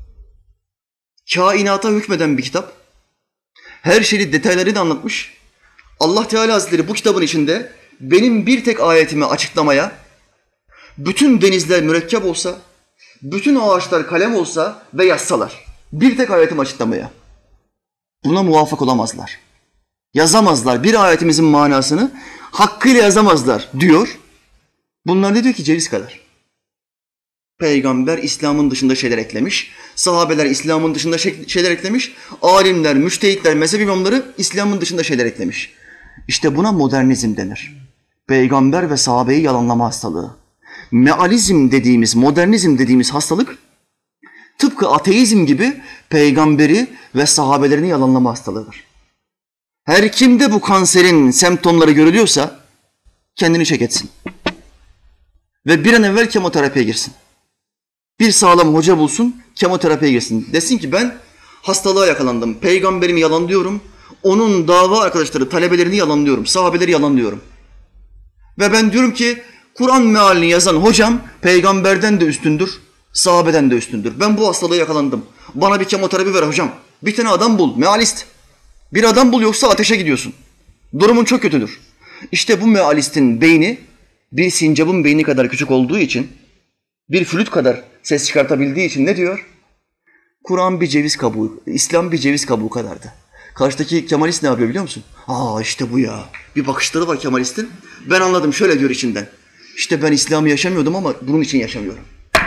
Kainata hükmeden bir kitap. Her şeyi detaylarıyla anlatmış. Allah Teala Hazretleri bu kitabın içinde benim bir tek ayetimi açıklamaya, bütün denizler mürekkep olsa, bütün ağaçlar kalem olsa ve yazsalar, bir tek ayetimi açıklamaya, buna muvaffak olamazlar. Yazamazlar. Bir ayetimizin manasını hakkıyla yazamazlar diyor. Bunlar ne diyor ki? Ceviz kadar. Peygamber İslam'ın dışında şeyler eklemiş. Sahabeler İslam'ın dışında şeyler eklemiş. Alimler, müştehitler, mezhep imamları İslam'ın dışında şeyler eklemiş. İşte buna modernizm denir. Peygamber ve sahabeyi yalanlama hastalığı. Mealizm dediğimiz, modernizm dediğimiz hastalık tıpkı ateizm gibi peygamberi ve sahabelerini yalanlama hastalığıdır. Her kimde bu kanserin semptomları görülüyorsa kendini çek etsin. Ve bir an evvel kemoterapiye girsin. Bir sağlam hoca bulsun, kemoterapiye girsin. Desin ki ben hastalığa yakalandım, peygamberimi yalanlıyorum, onun dava arkadaşları, talebelerini yalanlıyorum, sahabeleri yalanlıyorum. Ve ben diyorum ki Kur'an mealini yazan hocam peygamberden de üstündür, sahabeden de üstündür. Ben bu hastalığa yakalandım. Bana bir kemoterapi ver hocam. Bir tane adam bul, mealist. Bir adam bul yoksa ateşe gidiyorsun. Durumun çok kötüdür. İşte bu mealistin beyni bir sincapın beyni kadar küçük olduğu için, bir flüt kadar ses çıkartabildiği için ne diyor? Kur'an bir ceviz kabuğu, İslam bir ceviz kabuğu kadardı. Karşıdaki Kemalist ne yapıyor biliyor musun? İşte bu ya. Bir bakışları var Kemalist'in. Ben anladım, şöyle diyor içinden. İşte ben İslam'ı yaşamıyordum ama bunun için yaşamıyorum.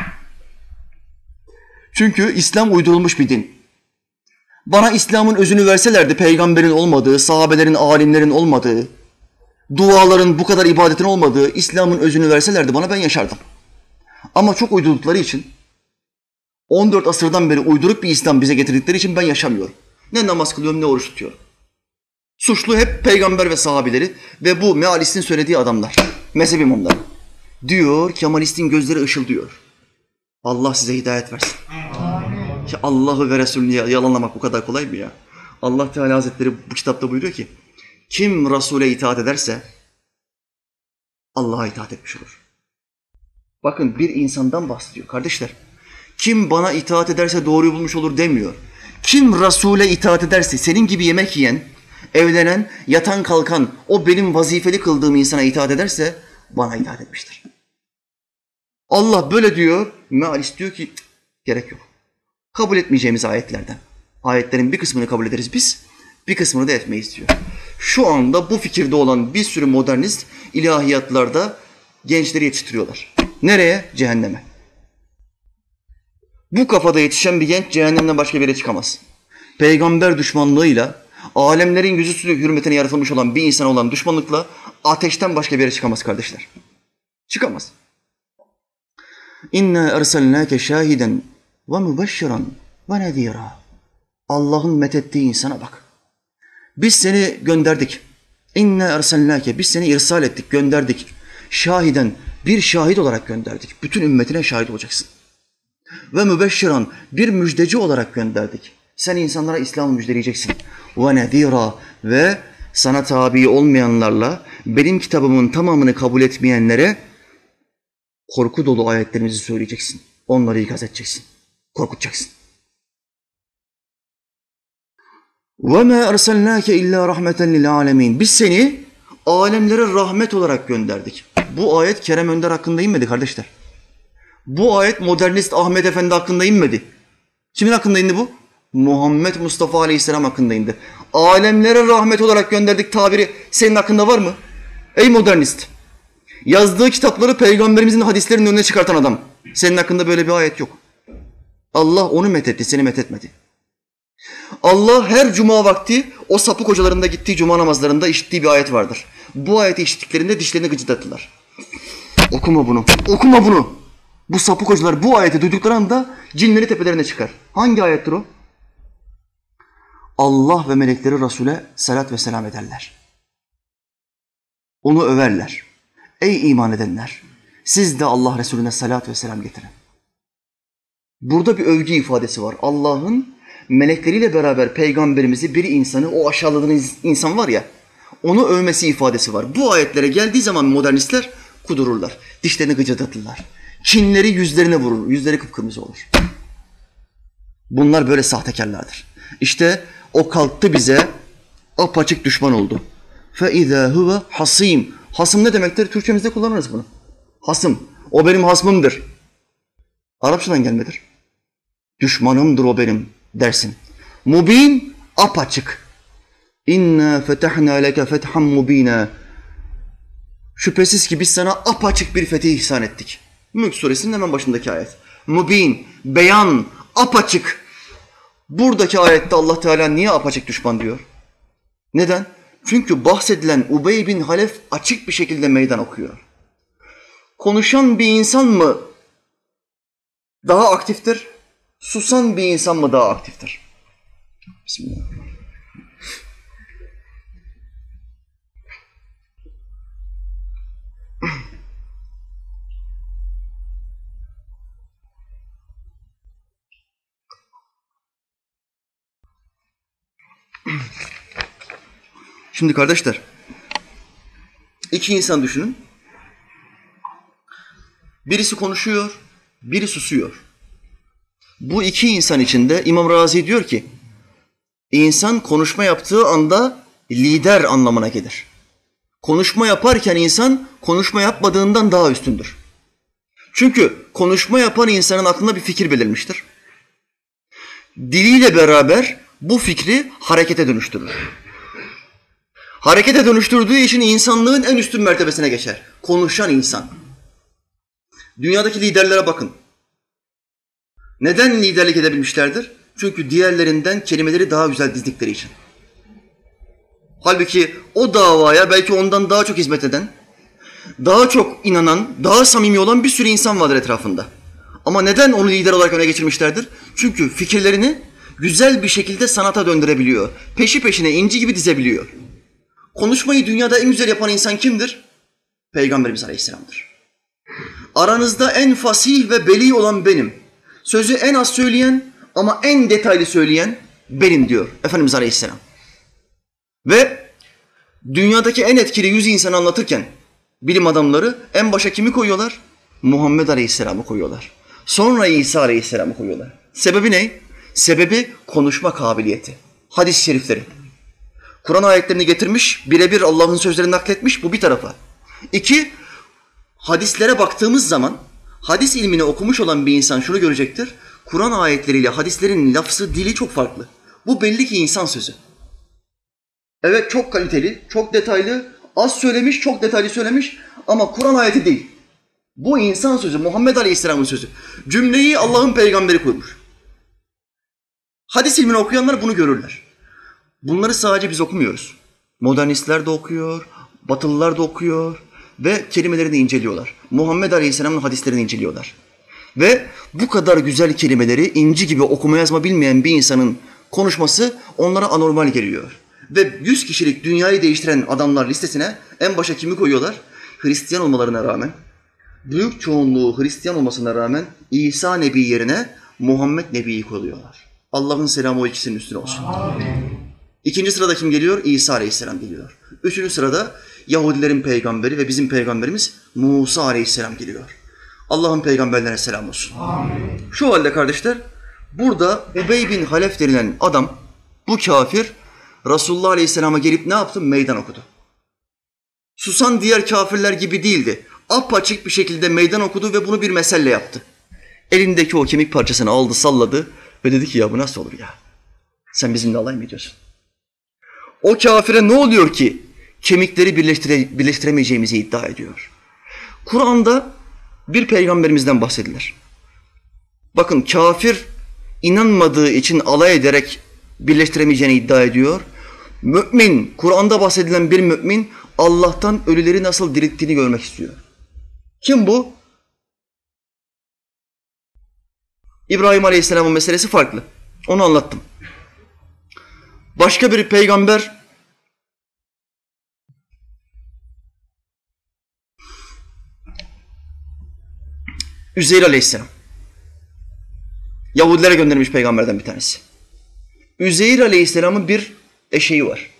Çünkü İslam uydurulmuş bir din. Bana İslam'ın özünü verselerdi, peygamberin olmadığı, sahabelerin, alimlerin olmadığı, duaların bu kadar ibadetin olmadığı İslam'ın özünü verselerdi bana, ben yaşardım. Ama çok uydurdukları için, 14 asırdan beri uyduruk bir İslam bize getirdikleri için ben yaşamıyorum. Ne namaz kılıyorum ne oruç tutuyorum. Suçlu hep peygamber ve sahabeleri ve bu mealistin söylediği adamlar, mezhep imamları. Diyor, Kemalistin gözleri ışıldıyor. Allah size hidayet versin. Ki Allah'ı ve Resulünü yalanlamak bu kadar kolay mı ya? Allah Teala Hazretleri bu kitapta buyuruyor ki, kim Resul'e itaat ederse Allah'a itaat etmiş olur. Bakın bir insandan bahsediyor kardeşler. Kim bana itaat ederse doğruyu bulmuş olur demiyor. Kim Resul'e itaat ederse, senin gibi yemek yiyen, evlenen, yatan kalkan, o benim vazifeli kıldığım insana itaat ederse bana itaat etmiştir. Allah böyle diyor, mealist diyor ki gerek yok. Kabul etmeyeceğimiz ayetlerden. Ayetlerin bir kısmını kabul ederiz biz, bir kısmını da etmeyiz diyor. Şu anda bu fikirde olan bir sürü modernist ilahiyatlarda gençleri yetiştiriyorlar. Nereye? Cehenneme. Bu kafada yetişen bir genç cehennemden başka bir yere çıkamaz. Peygamber düşmanlığıyla, alemlerin yüzüstü hürmetine yaratılmış olan bir insana olan düşmanlıkla ateşten başka bir yere çıkamaz kardeşler. Çıkamaz. İnna erselnâke şahiden ve mübeşşiran ve nedîrâ. Allah'ın methettiği insana bak. Biz seni gönderdik. İnna erselnâke, biz seni irsal ettik, gönderdik. Şahiden, bir şahit olarak gönderdik. Bütün ümmetine şahit olacaksın. Ve mübeşşiran, bir müjdeci olarak gönderdik. Sen insanlara İslam'ı müjdeleyeceksin. Ve nedîrâ, ve sana tabi olmayanlarla, benim kitabımın tamamını kabul etmeyenlere korku dolu ayetlerimizi söyleyeceksin. Onları ikaz edeceksin. Korkutacaksın. وَمَا أَرْسَلْنَاكَ اِلَّا رَحْمَةً لِلْعَالَمِينَ. Biz seni alemlere rahmet olarak gönderdik. Bu ayet Kerem Önder hakkında inmedi kardeşler. Bu ayet modernist Ahmet Efendi hakkında inmedi. Kimin hakkında indi bu? Muhammed Mustafa Aleyhisselam hakkında indi. Alemlere rahmet olarak gönderdik tabiri senin hakkında var mı? Ey modernist! Yazdığı kitapları peygamberimizin hadislerinin önüne çıkartan adam. Senin hakkında böyle bir ayet yok. Allah onu methetti, seni methetmedi. Allah her cuma vakti o sapık hocalarında gittiği cuma namazlarında işittiği bir ayet vardır. Bu ayeti işittiklerinde dişlerini gıcırdattılar. Okuma bunu, okuma bunu. Bu sapık hocalar bu ayeti duydukları anda cinleri tepelerine çıkar. Hangi ayettir o? Allah ve melekleri Resul'e salat ve selam ederler. Onu överler. Ey iman edenler! Siz de Allah Resulüne salat ve selam getirin. Burada bir övgü ifadesi var. Allah'ın melekleriyle beraber peygamberimizi, bir insanı, o aşağıladığınız insan var ya, onu övmesi ifadesi var. Bu ayetlere geldiği zaman modernistler kudururlar. Dişlerini gıcırdatırlar. Kinleri yüzlerine vurur. Yüzleri kıpkırmızı olur. Bunlar böyle sahtekarlardır. İşte o kalktı bize, apaçık düşman oldu. فَاِذَا هُوَ hasim. Hasım ne demektir? Türkçemizde kullanırız bunu. Hasım. O benim hasmımdır. Arapçadan gelmedir. Düşmanımdır o benim dersin. Mubin, apaçık. İnna fetahna leke fethan mubina. Şüphesiz ki biz sana apaçık bir fetih ihsan ettik. Mülk suresinin hemen başındaki ayet. Mubin, beyan, apaçık. Buradaki ayette Allah Teala niye apaçık düşman diyor? Neden? Çünkü bahsedilen Ubey bin Halef açık bir şekilde meydan okuyor. Konuşan bir insan mı daha aktiftir? Susan bir insan mı daha aktiftir? Bismillah. Şimdi kardeşler, iki insan düşünün. Birisi konuşuyor, biri susuyor. Bu iki insan içinde İmam Razi diyor ki, insan konuşma yaptığı anda lider anlamına gelir. Konuşma yaparken insan konuşma yapmadığından daha üstündür. Çünkü konuşma yapan insanın aklına bir fikir belirmiştir. Diliyle beraber bu fikri harekete dönüştürür. Harekete dönüştürdüğü için insanlığın en üstün mertebesine geçer. Konuşan insan. Dünyadaki liderlere bakın. Neden liderlik edebilmişlerdir? Çünkü diğerlerinden kelimeleri daha güzel dizdikleri için. Halbuki o davaya belki ondan daha çok hizmet eden, daha çok inanan, daha samimi olan bir sürü insan vardır etrafında. Ama neden onu lider olarak öne geçirmişlerdir? Çünkü fikirlerini güzel bir şekilde sanata döndürebiliyor. Peşi peşine inci gibi dizebiliyor. Konuşmayı dünyada en güzel yapan insan kimdir? Peygamberimiz Aleyhisselam'dır. Aranızda en fasih ve beli olan benim. Sözü en az söyleyen ama en detaylı söyleyen benim diyor Efendimiz Aleyhisselam. Ve dünyadaki en etkili 100 insanı anlatırken bilim adamları en başa kimi koyuyorlar? Muhammed Aleyhisselam'ı koyuyorlar. Sonra İsa Aleyhisselam'ı koyuyorlar. Sebebi ne? Sebebi konuşma kabiliyeti. Hadis-i şerifleri. Kur'an ayetlerini getirmiş, birebir Allah'ın sözlerini nakletmiş, bu bir tarafa. 2, hadislere baktığımız zaman hadis ilmini okumuş olan bir insan şunu görecektir. Kur'an ayetleriyle hadislerin lafzı, dili çok farklı. Bu belli ki insan sözü. Evet, çok kaliteli, çok detaylı, az söylemiş, çok detaylı söylemiş ama Kur'an ayeti değil. Bu insan sözü, Muhammed Aleyhisselam'ın sözü. Cümleyi Allah'ın peygamberi kurmuş. Hadis ilmini okuyanlar bunu görürler. Bunları sadece biz okumuyoruz. Modernistler de okuyor, Batılılar da okuyor ve kelimelerini inceliyorlar. Muhammed Aleyhisselam'ın hadislerini inceliyorlar. Ve bu kadar güzel kelimeleri inci gibi okuma yazma bilmeyen bir insanın konuşması onlara anormal geliyor. Ve 100 kişilik dünyayı değiştiren adamlar listesine en başa kimi koyuyorlar? Hristiyan olmalarına rağmen, büyük çoğunluğu Hristiyan olmasına rağmen İsa Nebi yerine Muhammed Nebi'yi koyuyorlar. Allah'ın selamı o ikisinin üstüne olsun. Amin. İkinci sırada kim geliyor? İsa Aleyhisselam geliyor. Üçüncü sırada Yahudilerin peygamberi ve bizim peygamberimiz Musa Aleyhisselam geliyor. Allah'ın peygamberlerine selam olsun. Amin. Şu halde kardeşler, burada Ubey bin Halef denilen adam, bu kafir, Resulullah Aleyhisselam'a gelip ne yaptı? Meydan okudu. Susan diğer kafirler gibi değildi. Apaçık bir şekilde meydan okudu ve bunu bir meselle yaptı. Elindeki o kemik parçasını aldı, salladı ve dedi ki ya bu nasıl olur ya? Sen bizimle alay mı ediyorsun? O kafire ne oluyor ki kemikleri birleştiremeyeceğimizi iddia ediyor. Kur'an'da bir peygamberimizden bahsedilir. Bakın, kafir inanmadığı için alay ederek birleştiremeyeceğini iddia ediyor. Mümin, Kur'an'da bahsedilen bir mümin Allah'tan ölüleri nasıl dirilttiğini görmek istiyor. Kim bu? İbrahim Aleyhisselam'ın meselesi farklı. Onu anlattım. Başka bir peygamber Üzeyr Aleyhisselam. Yahudilere göndermiş peygamberden bir tanesi. Üzeyr Aleyhisselam'ın bir eşeği var.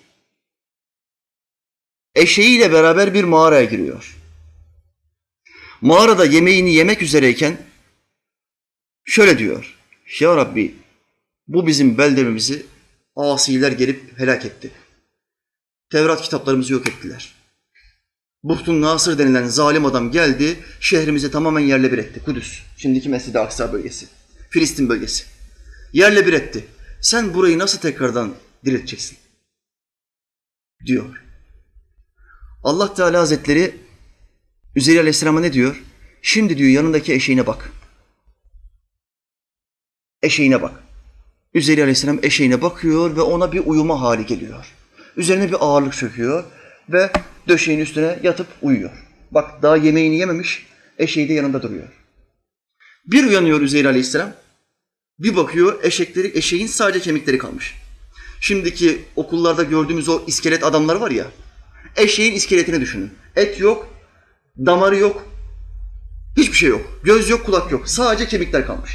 Eşeğiyle beraber bir mağaraya giriyor. Mağarada yemeğini yemek üzereyken şöyle diyor. Ya Rabbi, bu bizim beldemizi asiler gelip helak etti. Tevrat kitaplarımızı yok ettiler. Buhtun Nasır denilen zalim adam geldi, şehrimizi tamamen yerle bir etti. Kudüs, şimdiki Mescid-i Aksa bölgesi, Filistin bölgesi. Yerle bir etti. Sen burayı nasıl tekrardan dirilteceksin? Diyor. Allah Teala Hazretleri Üzeyr Aleyhisselam'a ne diyor? Şimdi diyor yanındaki eşeğine bak. Eşeğine bak. Üzeyr Aleyhisselam eşeğine bakıyor ve ona bir uyuma hali geliyor. Üzerine bir ağırlık çöküyor ve döşeğin üstüne yatıp uyuyor. Bak, daha yemeğini yememiş, eşeği de yanında duruyor. Bir uyanıyor Üzeyr Aleyhisselam, bir bakıyor eşeğin sadece kemikleri kalmış. Şimdiki okullarda gördüğümüz o iskelet adamlar var ya, eşeğin iskeletini düşünün. Et yok, damarı yok, hiçbir şey yok. Göz yok, kulak yok. Sadece kemikler kalmış.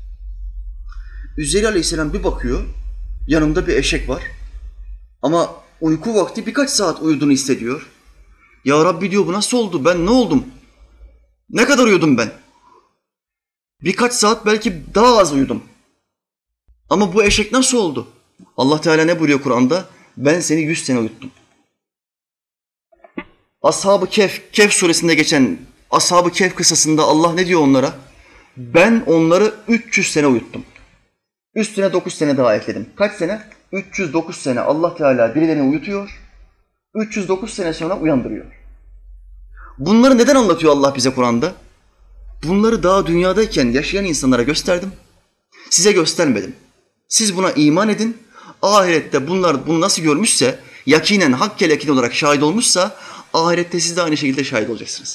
Üzeyr Aleyhisselam bir bakıyor, yanında bir eşek var. Ama uyku vakti birkaç saat uyuduğunu hissediyor. Ya Rabbi diyor, bu nasıl oldu? Ben ne oldum? Ne kadar uyudum ben? Birkaç saat belki daha az uyudum. Ama bu eşek nasıl oldu? Allah Teala ne buyuruyor Kur'an'da? Ben seni 100 sene uyuttum. Ashab-ı Kehf suresinde geçen Ashab-ı Kehf kıssasında Allah ne diyor onlara? Ben onları 300 sene uyuttum. Üstüne 9 sene daha ekledim. Kaç sene? 309 sene Allah Teala birilerini uyutuyor. 309 sene sonra uyandırıyor. Bunları neden anlatıyor Allah bize Kur'an'da? Bunları daha dünyadayken yaşayan insanlara gösterdim. Size göstermedim. Siz buna iman edin. Ahirette bunlar bunu nasıl görmüşse, yakinen, hakkel yakin olarak şahit olmuşsa, ahirette siz de aynı şekilde şahit olacaksınız.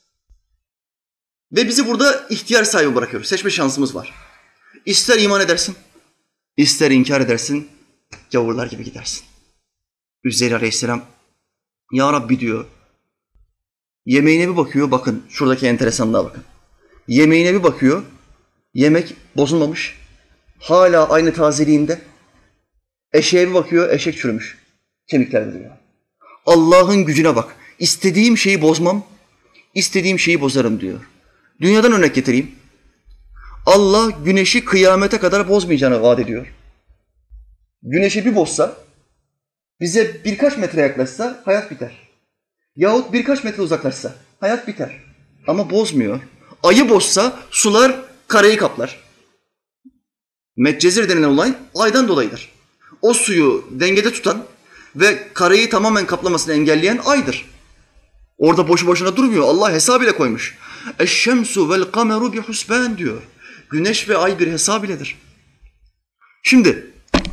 Ve bizi burada ihtiyar sahibi bırakıyoruz. Seçme şansımız var. İster iman edersin, ister inkar edersin, gavurlar gibi gidersin. Üzeyr Aleyhisselam, Ya Rabbi diyor, yemeğine bir bakıyor, bakın şuradaki enteresanlığa bakın. Yemeğine bir bakıyor, yemek bozulmamış, hala aynı tazeliğinde. Eşeğe bir bakıyor, eşek çürümüş, kemikler duruyor. Allah'ın gücüne bak, istediğim şeyi bozmam, istediğim şeyi bozarım diyor. Dünyadan örnek getireyim. Allah güneşi kıyamete kadar bozmayacağını vaat ediyor. Güneşi bir bozsa, bize birkaç metre yaklaşsa hayat biter. Yahut birkaç metre uzaklaşsa hayat biter. Ama bozmuyor. Ayı bozsa sular karayı kaplar. Medcezir denilen olay aydan dolayıdır. O suyu dengede tutan ve karayı tamamen kaplamasını engelleyen aydır. Orada boşu boşuna durmuyor. Allah hesab ile koymuş. Eşşemsu vel kameru bihusban diyor. Güneş ve ay bir hesab iledir. Şimdi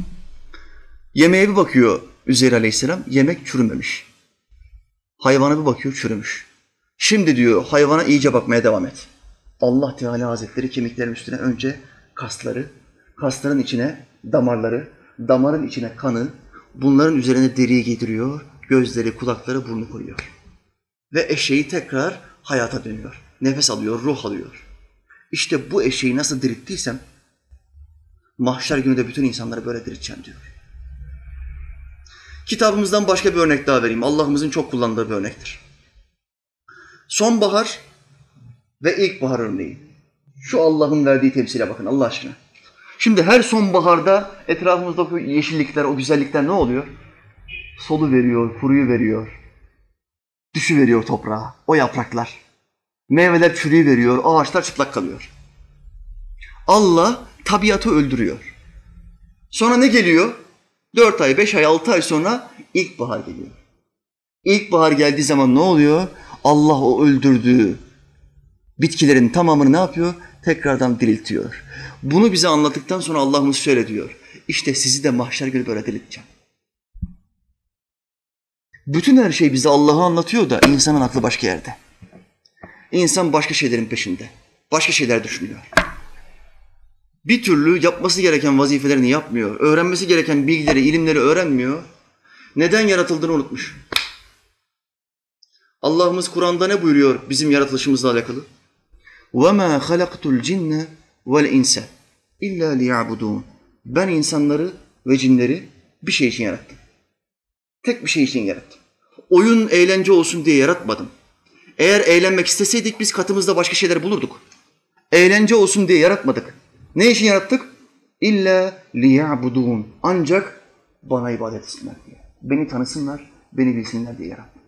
yemeğe bir bakıyor Üzeyr Aleyhisselam, yemek çürümemiş. Hayvana bir bakıyor, çürümüş. Şimdi diyor hayvana iyice bakmaya devam et. Allah Teala Hazretleri kemiklerin üstüne önce kasları, kasların içine damarları, damarın içine kanı, bunların üzerine deriyi giydiriyor, gözleri, kulakları, burnu koyuyor. Ve eşeği tekrar hayata dönüyor. Nefes alıyor, ruh alıyor. İşte bu eşeği nasıl dirilttiysem, mahşer günü de bütün insanları böyle dirilteceğim diyor. Kitabımızdan başka bir örnek daha vereyim. Allah'ımızın çok kullandığı bir örnektir. Sonbahar ve ilkbahar örneği. Şu Allah'ın verdiği temsile bakın Allah aşkına. Şimdi her sonbaharda etrafımızdaki yeşillikler, o güzellikler ne oluyor? Solu veriyor, kuruyu veriyor. Düşü veriyor toprağa, o yapraklar. Meyveler çürüyü veriyor, ağaçlar çıplak kalıyor. Allah tabiatı öldürüyor. Sonra ne geliyor? 4 ay, 5 ay, 6 ay sonra ilkbahar geliyor. İlkbahar geldiği zaman ne oluyor? Allah o öldürdüğü bitkilerin tamamını ne yapıyor? Tekrardan diriltiyor. Bunu bize anlattıktan sonra Allah'ımız şöyle diyor. İşte sizi de mahşer günü böyle dirilteceğim. Bütün her şey bize Allah'ı anlatıyor da insanın aklı başka yerde. İnsan başka şeylerin peşinde. Başka şeyler düşünüyor. Bir türlü yapması gereken vazifelerini yapmıyor. Öğrenmesi gereken bilgileri, ilimleri öğrenmiyor. Neden yaratıldığını unutmuş. Allah'ımız Kur'an'da ne buyuruyor bizim yaratılışımızla alakalı? وَمَا خَلَقْتُ الْجِنَّ وَالْاِنْسَ اِلَّا لِيَعْبُدُونَ Ben insanları ve cinleri bir şey için yarattım. Tek bir şey için yarattım. Oyun, eğlence olsun diye yaratmadım. Eğer eğlenmek isteseydik biz katımızda başka şeyler bulurduk. Eğlence olsun diye yaratmadık. Ne için yarattık? İlla liya'budun. Ancak bana ibadet etsinler diye. Beni tanısınlar, beni bilsinler diye yarattım.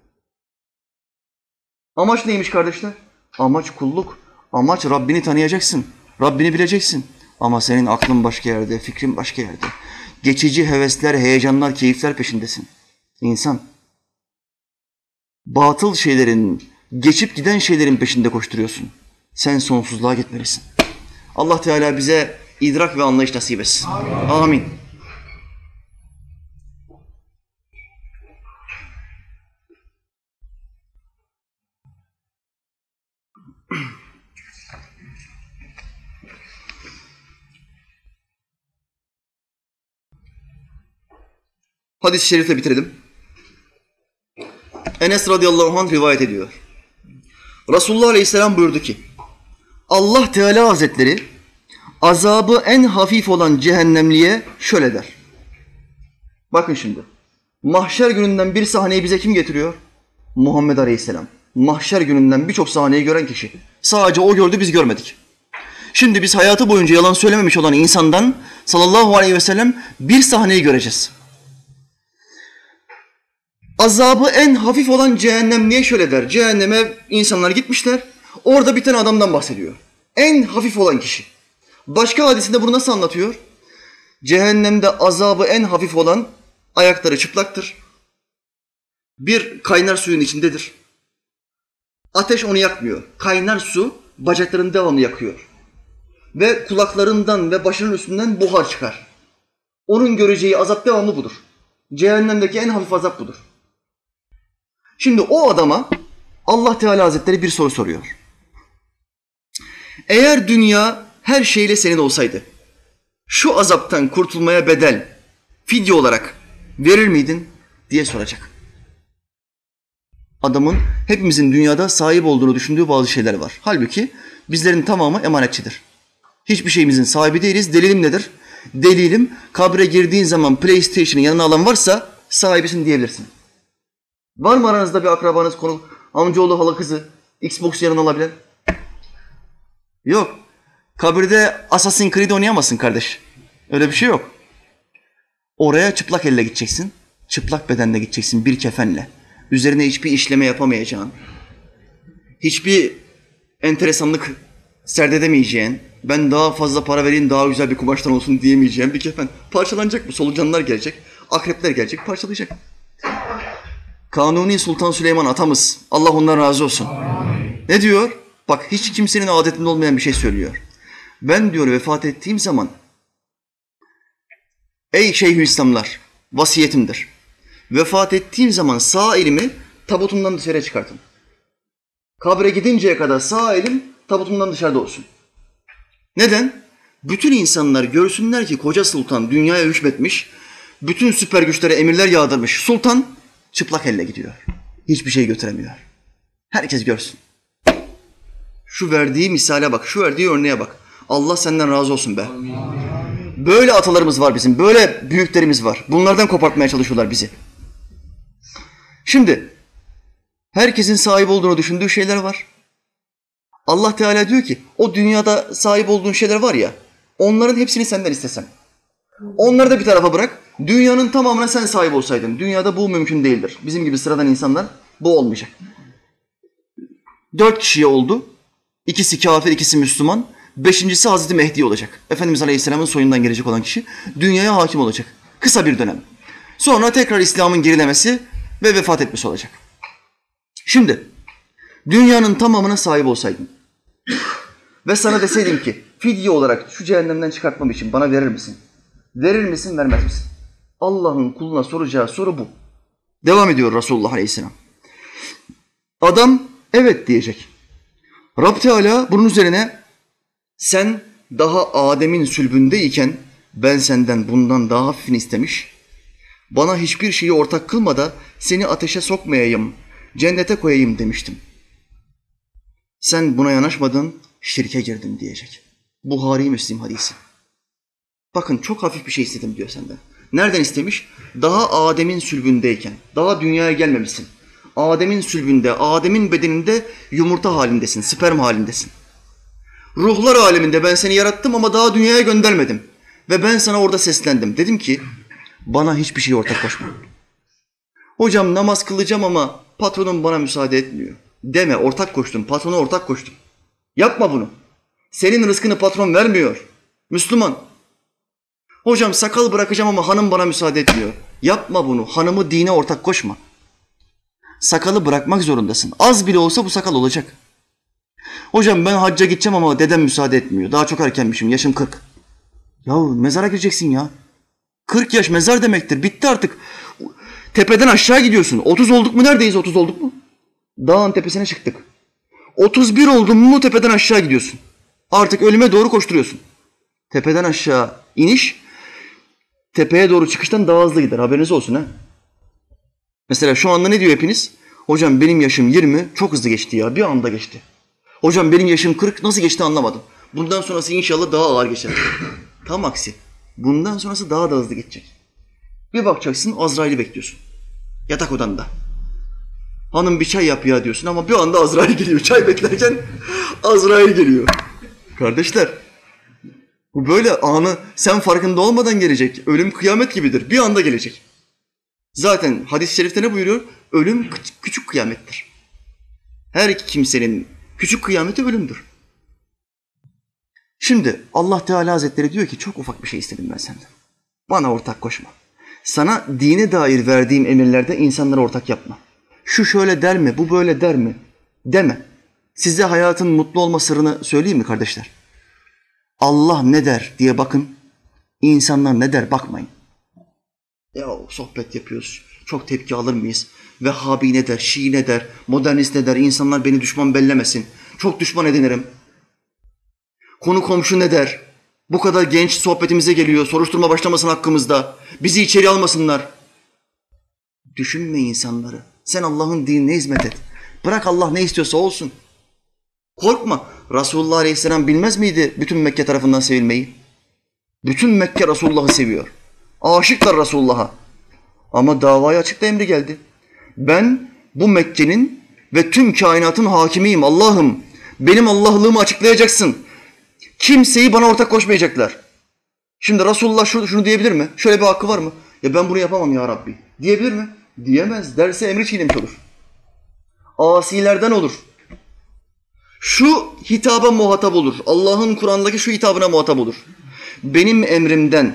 Amaç neymiş kardeşler? Amaç kulluk. Amaç Rabbini tanıyacaksın. Rabbini bileceksin. Ama senin aklın başka yerde, fikrin başka yerde. Geçici hevesler, heyecanlar, keyifler peşindesin. İnsan, batıl şeylerin, geçip giden şeylerin peşinde koşturuyorsun. Sen sonsuzluğa gitmelisin. Allah Teala bize idrak ve anlayış nasip etsin. Amin. Hadis-i şerifle bitirelim. Enes radıyallahu anh rivayet ediyor. Resulullah aleyhisselam buyurdu ki, Allah Teala Hazretleri azabı en hafif olan cehennemliye şöyle der. Bakın şimdi, mahşer gününden bir sahneyi bize kim getiriyor? Muhammed aleyhisselam. Mahşer gününden birçok sahneyi gören kişi. Sadece o gördü, biz görmedik. Şimdi biz hayatı boyunca yalan söylememiş olan insandan sallallahu aleyhi ve sellem bir sahneyi göreceğiz. Azabı en hafif olan cehennem niye şöyle der? Cehenneme insanlar gitmişler. Orada bir tane adamdan bahsediyor. En hafif olan kişi. Başka hadisinde bunu nasıl anlatıyor? Cehennemde azabı en hafif olan ayakları çıplaktır. Bir kaynar suyun içindedir. Ateş onu yakmıyor. Kaynar su bacaklarını devamlı yakıyor. Ve kulaklarından ve başının üstünden buhar çıkar. Onun göreceği azap devamlı budur. Cehennemdeki en hafif azap budur. Şimdi o adama Allah Teala Hazretleri bir soru soruyor. Eğer dünya her şeyle senin olsaydı, şu azaptan kurtulmaya bedel, fidye olarak verir miydin diye soracak. Adamın hepimizin dünyada sahip olduğunu düşündüğü bazı şeyler var. Halbuki bizlerin tamamı emanetçidir. Hiçbir şeyimizin sahibi değiliz. Delilim nedir? Delilim, kabre girdiğin zaman PlayStation'ın yanına alan varsa sahibisin diyebilirsin. Var mı aranızda bir akrabanız, konu, amcaoğlu, hala kızı, Xbox yanına alabilen? Yok. Kabirde Assassin's Creed oynayamazsın kardeş. Öyle bir şey yok. Oraya çıplak elle gideceksin. Çıplak bedenle gideceksin bir kefenle. Üzerine hiçbir işleme yapamayacağın, hiçbir enteresanlık serdedemeyeceğin, ben daha fazla para vereyim daha güzel bir kumaştan olsun diyemeyeceğin bir kefen. Parçalanacak mı? Solucanlar gelecek, akrepler gelecek, parçalayacak. Kanuni Sultan Süleyman atamız, Allah ondan razı olsun. Amin. Ne diyor? Bak hiç kimsenin adetinde olmayan bir şey söylüyor. Ben diyor vefat ettiğim zaman, ey Şeyhülislamlar, vasiyetimdir. Vefat ettiğim zaman sağ elimi tabutumdan dışarı çıkartın. Kabre gidinceye kadar sağ elim tabutumdan dışarıda olsun. Neden? Bütün insanlar görsünler ki koca sultan dünyaya hükmetmiş, bütün süper güçlere emirler yağdırmış. Sultan çıplak elle gidiyor. Hiçbir şey götüremiyor. Herkes görsün. Şu verdiği misale bak, şu verdiği örneğe bak. Allah senden razı olsun be. Amin. Böyle atalarımız var bizim, böyle büyüklerimiz var. Bunlardan kopartmaya çalışıyorlar bizi. Şimdi herkesin sahip olduğunu düşündüğü şeyler var. Allah Teala diyor ki o dünyada sahip olduğun şeyler var ya, onların hepsini senden istesem. Onları da bir tarafa bırak. Dünyanın tamamına sen sahip olsaydın. Dünyada bu mümkün değildir. Bizim gibi sıradan insanlar bu olmayacak. 4 kişiye oldu. İkisi kafir, ikisi Müslüman. 5.'si Hazreti Mehdi olacak. Efendimiz Aleyhisselam'ın soyundan gelecek olan kişi dünyaya hakim olacak. Kısa bir dönem. Sonra tekrar İslam'ın gerilemesi ve vefat etmesi olacak. Şimdi dünyanın tamamına sahip olsaydın ve sana deseydim ki fidye olarak şu cehennemden çıkartmam için bana verir misin? Verir misin, vermez misin? Allah'ın kuluna soracağı soru bu. Devam ediyor Resulullah Aleyhisselam. Adam evet diyecek. Rab Teala bunun üzerine sen daha Adem'in sülbündeyken ben senden bundan daha hafifini istemiş. Bana hiçbir şeyi ortak kılma da seni ateşe sokmayayım, cennete koyayım demiştim. Sen buna yanaşmadın, şirke girdin diyecek. Buhari Müslim hadisi. Bakın çok hafif bir şey istedim diyor senden. Nereden istemiş? Daha Adem'in sülbündeyken, daha dünyaya gelmemişsin. Adem'in sülbünde, Adem'in bedeninde yumurta halindesin, sperm halindesin. Ruhlar aleminde ben seni yarattım ama daha dünyaya göndermedim. Ve ben sana orada seslendim. Dedim ki bana hiçbir şey ortak koşma. Hocam namaz kılacağım ama patronum bana müsaade etmiyor. Deme, ortak koştum, patrona ortak koştum. Yapma bunu. Senin rızkını patron vermiyor. Müslüman. Hocam sakal bırakacağım ama hanım bana müsaade etmiyor. Yapma bunu. Hanımı dine ortak koşma. Sakalı bırakmak zorundasın. Az bile olsa bu sakal olacak. Hocam ben hacca gideceğim ama dedem müsaade etmiyor. Daha çok erkenmişim. Yaşım 40. Ya mezara gireceksin ya. 40 yaş mezar demektir. Bitti artık. Tepeden aşağı gidiyorsun. 30 olduk mu? Neredeyiz 30 olduk mu? Dağın tepesine çıktık. 31 oldun mu tepeden aşağı gidiyorsun. Artık ölüme doğru koşturuyorsun. Tepeden aşağı iniş, tepeye doğru çıkıştan daha hızlı gider. Haberiniz olsun ha. Mesela şu anda ne diyor hepiniz? Hocam benim yaşım 20, çok hızlı geçti ya. Bir anda geçti. Hocam benim yaşım 40, nasıl geçti anlamadım. Bundan sonrası inşallah daha ağır geçer. Tam aksi. Bundan sonrası daha da hızlı geçecek. Bir bakacaksın Azrail'i bekliyorsun. Yatak odanda. Hanım bir çay yap ya diyorsun ama bir anda Azrail geliyor. Çay beklerken Azrail geliyor. Kardeşler, bu böyle anı sen farkında olmadan gelecek. Ölüm kıyamet gibidir. Bir anda gelecek. Zaten hadis-i şerifte ne buyuruyor? Ölüm küçük kıyamettir. Her kimsenin küçük kıyameti ölümdür. Şimdi Allah Teala Hazretleri diyor ki çok ufak bir şey istedim ben senden. Bana ortak koşma. Sana dine dair verdiğim emirlerde insanlara ortak yapma. Şu şöyle der mi, bu böyle der mi? Deme. Size hayatın mutlu olma sırrını söyleyeyim mi kardeşler? Allah ne der diye bakın. İnsanlar ne der bakmayın. Ya sohbet yapıyoruz. Çok tepki alır mıyız? Vehhabi ne der, Şii ne der, modernist ne der? İnsanlar beni düşman bellemesin. Çok düşman edinirim. Konu komşu ne der? Bu kadar genç sohbetimize geliyor. Soruşturma başlamasın hakkımızda. Bizi içeri almasınlar. Düşünme insanları. Sen Allah'ın dinine hizmet et. Bırak Allah ne istiyorsa olsun. Korkma. Resulullah Aleyhisselam bilmez miydi bütün Mekke tarafından sevilmeyi? Bütün Mekke Resulullah'ı seviyor. Aşıklar Resulullah'a. Ama davaya açıkta emri geldi. Ben bu Mekke'nin ve tüm kainatın hakimiyim Allah'ım. Benim Allah'lığımı açıklayacaksın. Kimseyi bana ortak koşmayacaklar. Şimdi Resulullah şunu diyebilir mi? Şöyle bir hakkı var mı? Ya ben bunu yapamam ya Rabbi. Diyebilir mi? Diyemez. Derse emri çiğnemiş olur. Asilerden olur. Şu hitaba muhatap olur. Allah'ın Kur'an'daki şu hitabına muhatap olur. Benim emrimden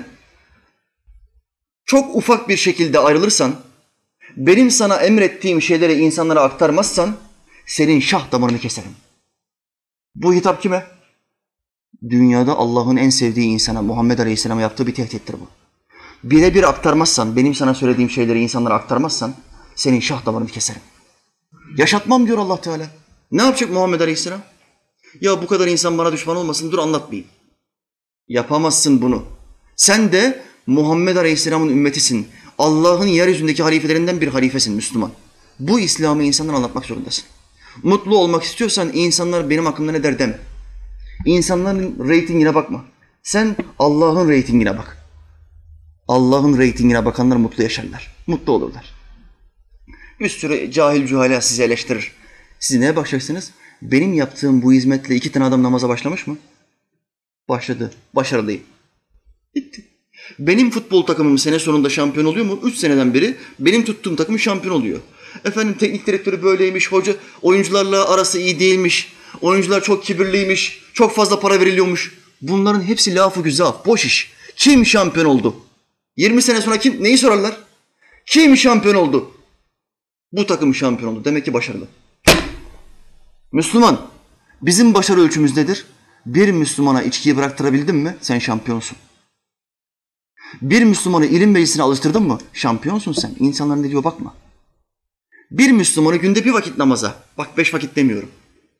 çok ufak bir şekilde ayrılırsan, benim sana emrettiğim şeyleri insanlara aktarmazsan, senin şah damarını keserim. Bu hitap kime? Dünyada Allah'ın en sevdiği insana, Muhammed Aleyhisselam'a yaptığı bir tehdittir bu. Birebir aktarmazsan, benim sana söylediğim şeyleri insanlara aktarmazsan, senin şah damarını keserim. Yaşatmam diyor Allah Teala. Ne yapacak Muhammed Aleyhisselam? Ya bu kadar insan bana düşman olmasın, dur anlatmayayım. Yapamazsın bunu. Sen de Muhammed Aleyhisselam'ın ümmetisin. Allah'ın yeryüzündeki halifelerinden bir halifesin Müslüman. Bu İslam'ı insanlara anlatmak zorundasın. Mutlu olmak istiyorsan insanlar benim hakkımda ne der deme. İnsanların reytingine bakma. Sen Allah'ın reytingine bak. Allah'ın reytingine bakanlar mutlu yaşarlar. Mutlu olurlar. Bir sürü cahil cühala sizi eleştirir. Siz neye bakacaksınız? Benim yaptığım bu hizmetle 2 tane adam namaza başlamış mı? Başladı. Başarılıyım. Bitti. Benim futbol takımım sene sonunda şampiyon oluyor mu? 3 seneden beri benim tuttuğum takım şampiyon oluyor. Efendim teknik direktörü böyleymiş, hoca oyuncularla arası iyi değilmiş, oyuncular çok kibirliymiş, çok fazla para veriliyormuş. Bunların hepsi lafı güzel, boş iş. Kim şampiyon oldu? 20 sene sonra neyi sorarlar? Kim şampiyon oldu? Bu takım şampiyon oldu. Demek ki başarılı. Müslüman, bizim başarı ölçümüz nedir? Bir Müslümana içkiyi bıraktırabildin mi? Sen şampiyonsun. Bir Müslümanı ilim meclisine alıştırdın mı? Şampiyonsun sen. İnsanların ne diyor bakma. Bir Müslümanı günde 1 vakit namaza, bak 5 vakit demiyorum.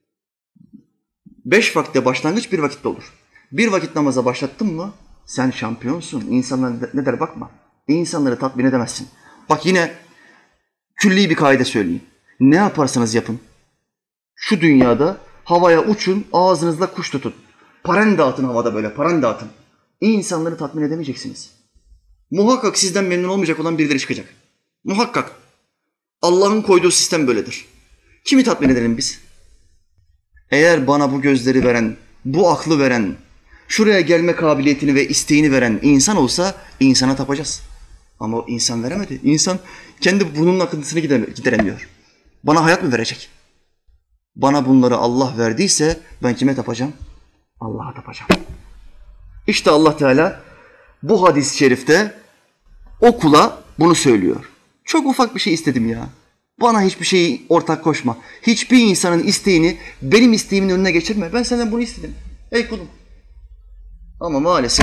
5 vakitte başlangıç 1 vakitte olur. 1 vakit namaza başlattın mı? Sen şampiyonsun. İnsanlar ne der bakma. İnsanları tatmin edemezsin. Bak yine külli bir kaide söyleyeyim. Ne yaparsanız yapın. Şu dünyada havaya uçun, ağzınızla kuş tutun. Paran dağıtın havada böyle, paran dağıtın. İnsanları tatmin edemeyeceksiniz. Muhakkak sizden memnun olmayacak olan birileri çıkacak. Muhakkak. Allah'ın koyduğu sistem böyledir. Kimi tatmin edelim biz? Eğer bana bu gözleri veren, bu aklı veren, şuraya gelme kabiliyetini ve isteğini veren insan olsa insana tapacağız. Ama o insan veremedi. İnsan kendi burnunun akıntısını gideremiyor. Bana hayat mı verecek? Bana bunları Allah verdiyse ben kime tapacağım? Allah'a tapacağım. İşte Allah Teala bu hadis-i şerifte o kula bunu söylüyor. Çok ufak bir şey istedim ya. Bana hiçbir şeyi ortak koşma. Hiçbir insanın isteğini benim isteğimin önüne geçirme. Ben senden bunu istedim. Ey kulum. Ama maalesef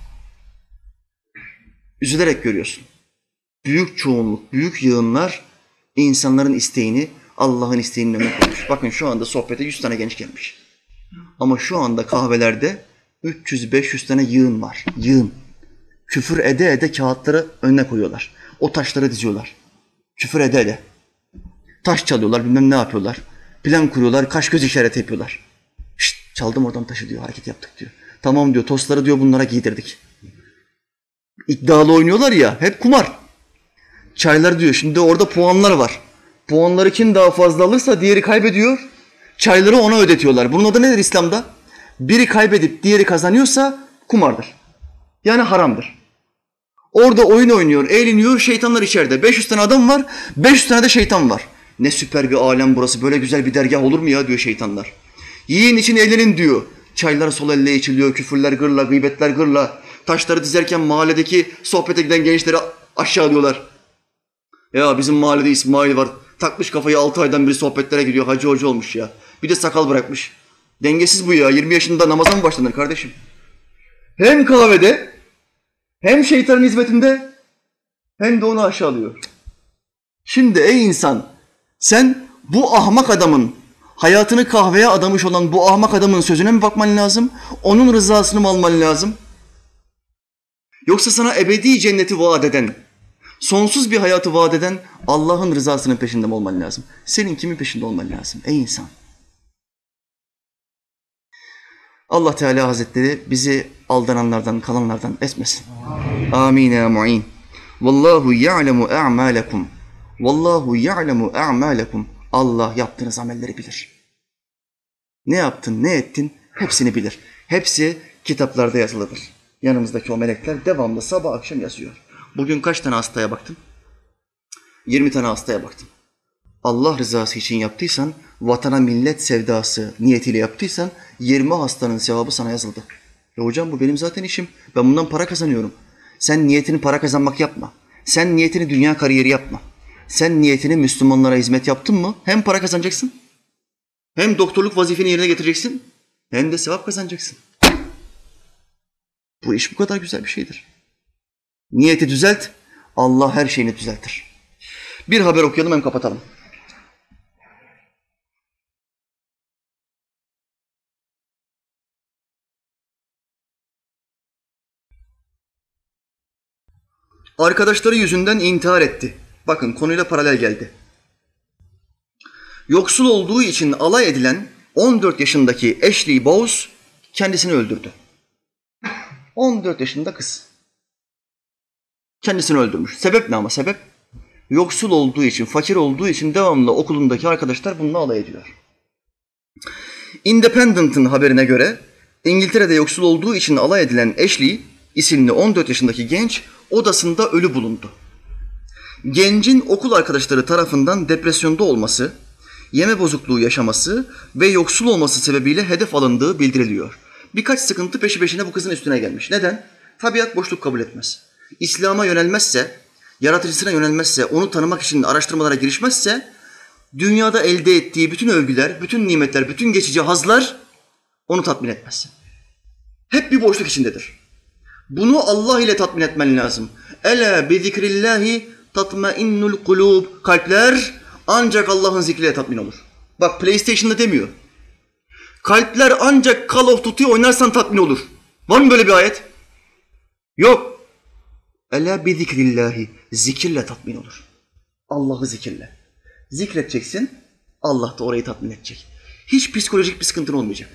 üzülerek görüyorsun. Büyük çoğunluk, büyük yığınlar insanların isteğini Allah'ın isteğinin önüne koymuş. Bakın şu anda sohbete 100 tane genç gelmiş. Ama şu anda kahvelerde 300-500 tane yığın var. Yığın. Küfür ede ede kağıtları önüne koyuyorlar. O taşları diziyorlar. Küfür ede ede. Taş çalıyorlar, bilmem ne yapıyorlar. Plan kuruyorlar, kaş göz işareti yapıyorlar. Şşt, çaldım oradan taşı diyor, hareket yaptık diyor. Tamam diyor, tostları diyor bunlara giydirdik. İddialı oynuyorlar ya, hep kumar. Çaylar diyor, şimdi orada puanlar var. Puanları kim daha fazla alırsa diğeri kaybediyor. Çayları ona ödetiyorlar. Bunun adı nedir İslam'da? biri kaybedip diğeri kazanıyorsa kumardır. Yani haramdır. Orada oyun oynuyor, eğleniyor, şeytanlar içeride. 500 tane adam var, 500 tane de şeytan var. Ne süper bir alem burası, böyle güzel bir dergah olur mu ya diyor şeytanlar. Yiyin için eğlenin diyor. Çaylar sol elle içiliyor, küfürler gırla, gıybetler gırla. Taşları dizerken mahalledeki sohbete giden gençleri aşağılıyorlar. Ya bizim mahallede İsmail var, takmış kafayı 6 aydan beri sohbetlere gidiyor, hacı hoca olmuş ya. Bir de sakal bırakmış. Dengesiz bu ya, 20 yaşında namaza mı başlanır kardeşim? Hem kahvede, hem şeytanın hizmetinde, hem de onu aşağılıyor. Şimdi ey insan, sen bu ahmak adamın, hayatını kahveye adamış olan bu ahmak adamın sözüne mi bakman lazım? Onun rızasını mı alman lazım? Yoksa sana ebedi cenneti vaat eden, sonsuz bir hayatı vaat eden Allah'ın rızasının peşinde mi olman lazım? Senin kimin peşinde olman lazım ey insan? Allah Teala Hazretleri bizi aldananlardan, kalanlardan etmesin. Amin ya mu'in. Vallahu ya'lemu a'malakum. Vallahu ya'lemu a'malakum. Allah yaptığınız amelleri bilir. Ne yaptın, ne ettin hepsini bilir. Hepsi kitaplarda yazılıdır. Yanımızdaki o melekler devamlı sabah akşam yazıyor. Bugün kaç tane hastaya baktın? 20 tane hastaya baktım. Allah rızası için yaptıysan, vatana millet sevdası niyetiyle yaptıysan 20 hastanın sevabı sana yazıldı. Hocam bu benim zaten işim. Ben bundan para kazanıyorum. Sen niyetini para kazanmak yapma. Sen niyetini dünya kariyeri yapma. Sen niyetini Müslümanlara hizmet yaptın mı hem para kazanacaksın, hem doktorluk vazifeni yerine getireceksin, hem de sevap kazanacaksın. Bu iş bu kadar güzel bir şeydir. Niyeti düzelt, Allah her şeyini düzeltir. Bir haber okuyalım hem kapatalım. Arkadaşları yüzünden intihar etti. Bakın konuyla paralel geldi. Yoksul olduğu için alay edilen 14 yaşındaki Ashley Bowes kendisini öldürdü. 14 yaşında kız. Kendisini öldürmüş. Sebep ne ama sebep? Yoksul olduğu için, fakir olduğu için devamlı okulundaki arkadaşlar bununla alay ediyor. Independent'ın haberine göre İngiltere'de yoksul olduğu için alay edilen Ashley isimli 14 yaşındaki genç odasında ölü bulundu. Gencin okul arkadaşları tarafından depresyonda olması, yeme bozukluğu yaşaması ve yoksul olması sebebiyle hedef alındığı bildiriliyor. Birkaç sıkıntı peşi peşine bu kızın üstüne gelmiş. Neden? Tabiat boşluk kabul etmez. İslam'a yönelmezse, yaratıcısına yönelmezse, onu tanımak için araştırmalara girişmezse, dünyada elde ettiği bütün övgüler, bütün nimetler, bütün geçici hazlar onu tatmin etmez. Hep bir boşluk içindedir. Bunu Allah ile tatmin etmen lazım. Ela bi zikrillahi tatmainnul kulub. Kalpler ancak Allah'ın zikriyle tatmin olur. Bak PlayStation'da demiyor. Kalpler ancak Call of Duty oynarsan tatmin olur. Var mı böyle bir ayet? Yok. Ela bi zikrillahi. Zikirle tatmin olur. Allah'ı zikirle. Zikredeceksin, Allah da orayı tatmin edecek. Hiç psikolojik bir sıkıntın olmayacak.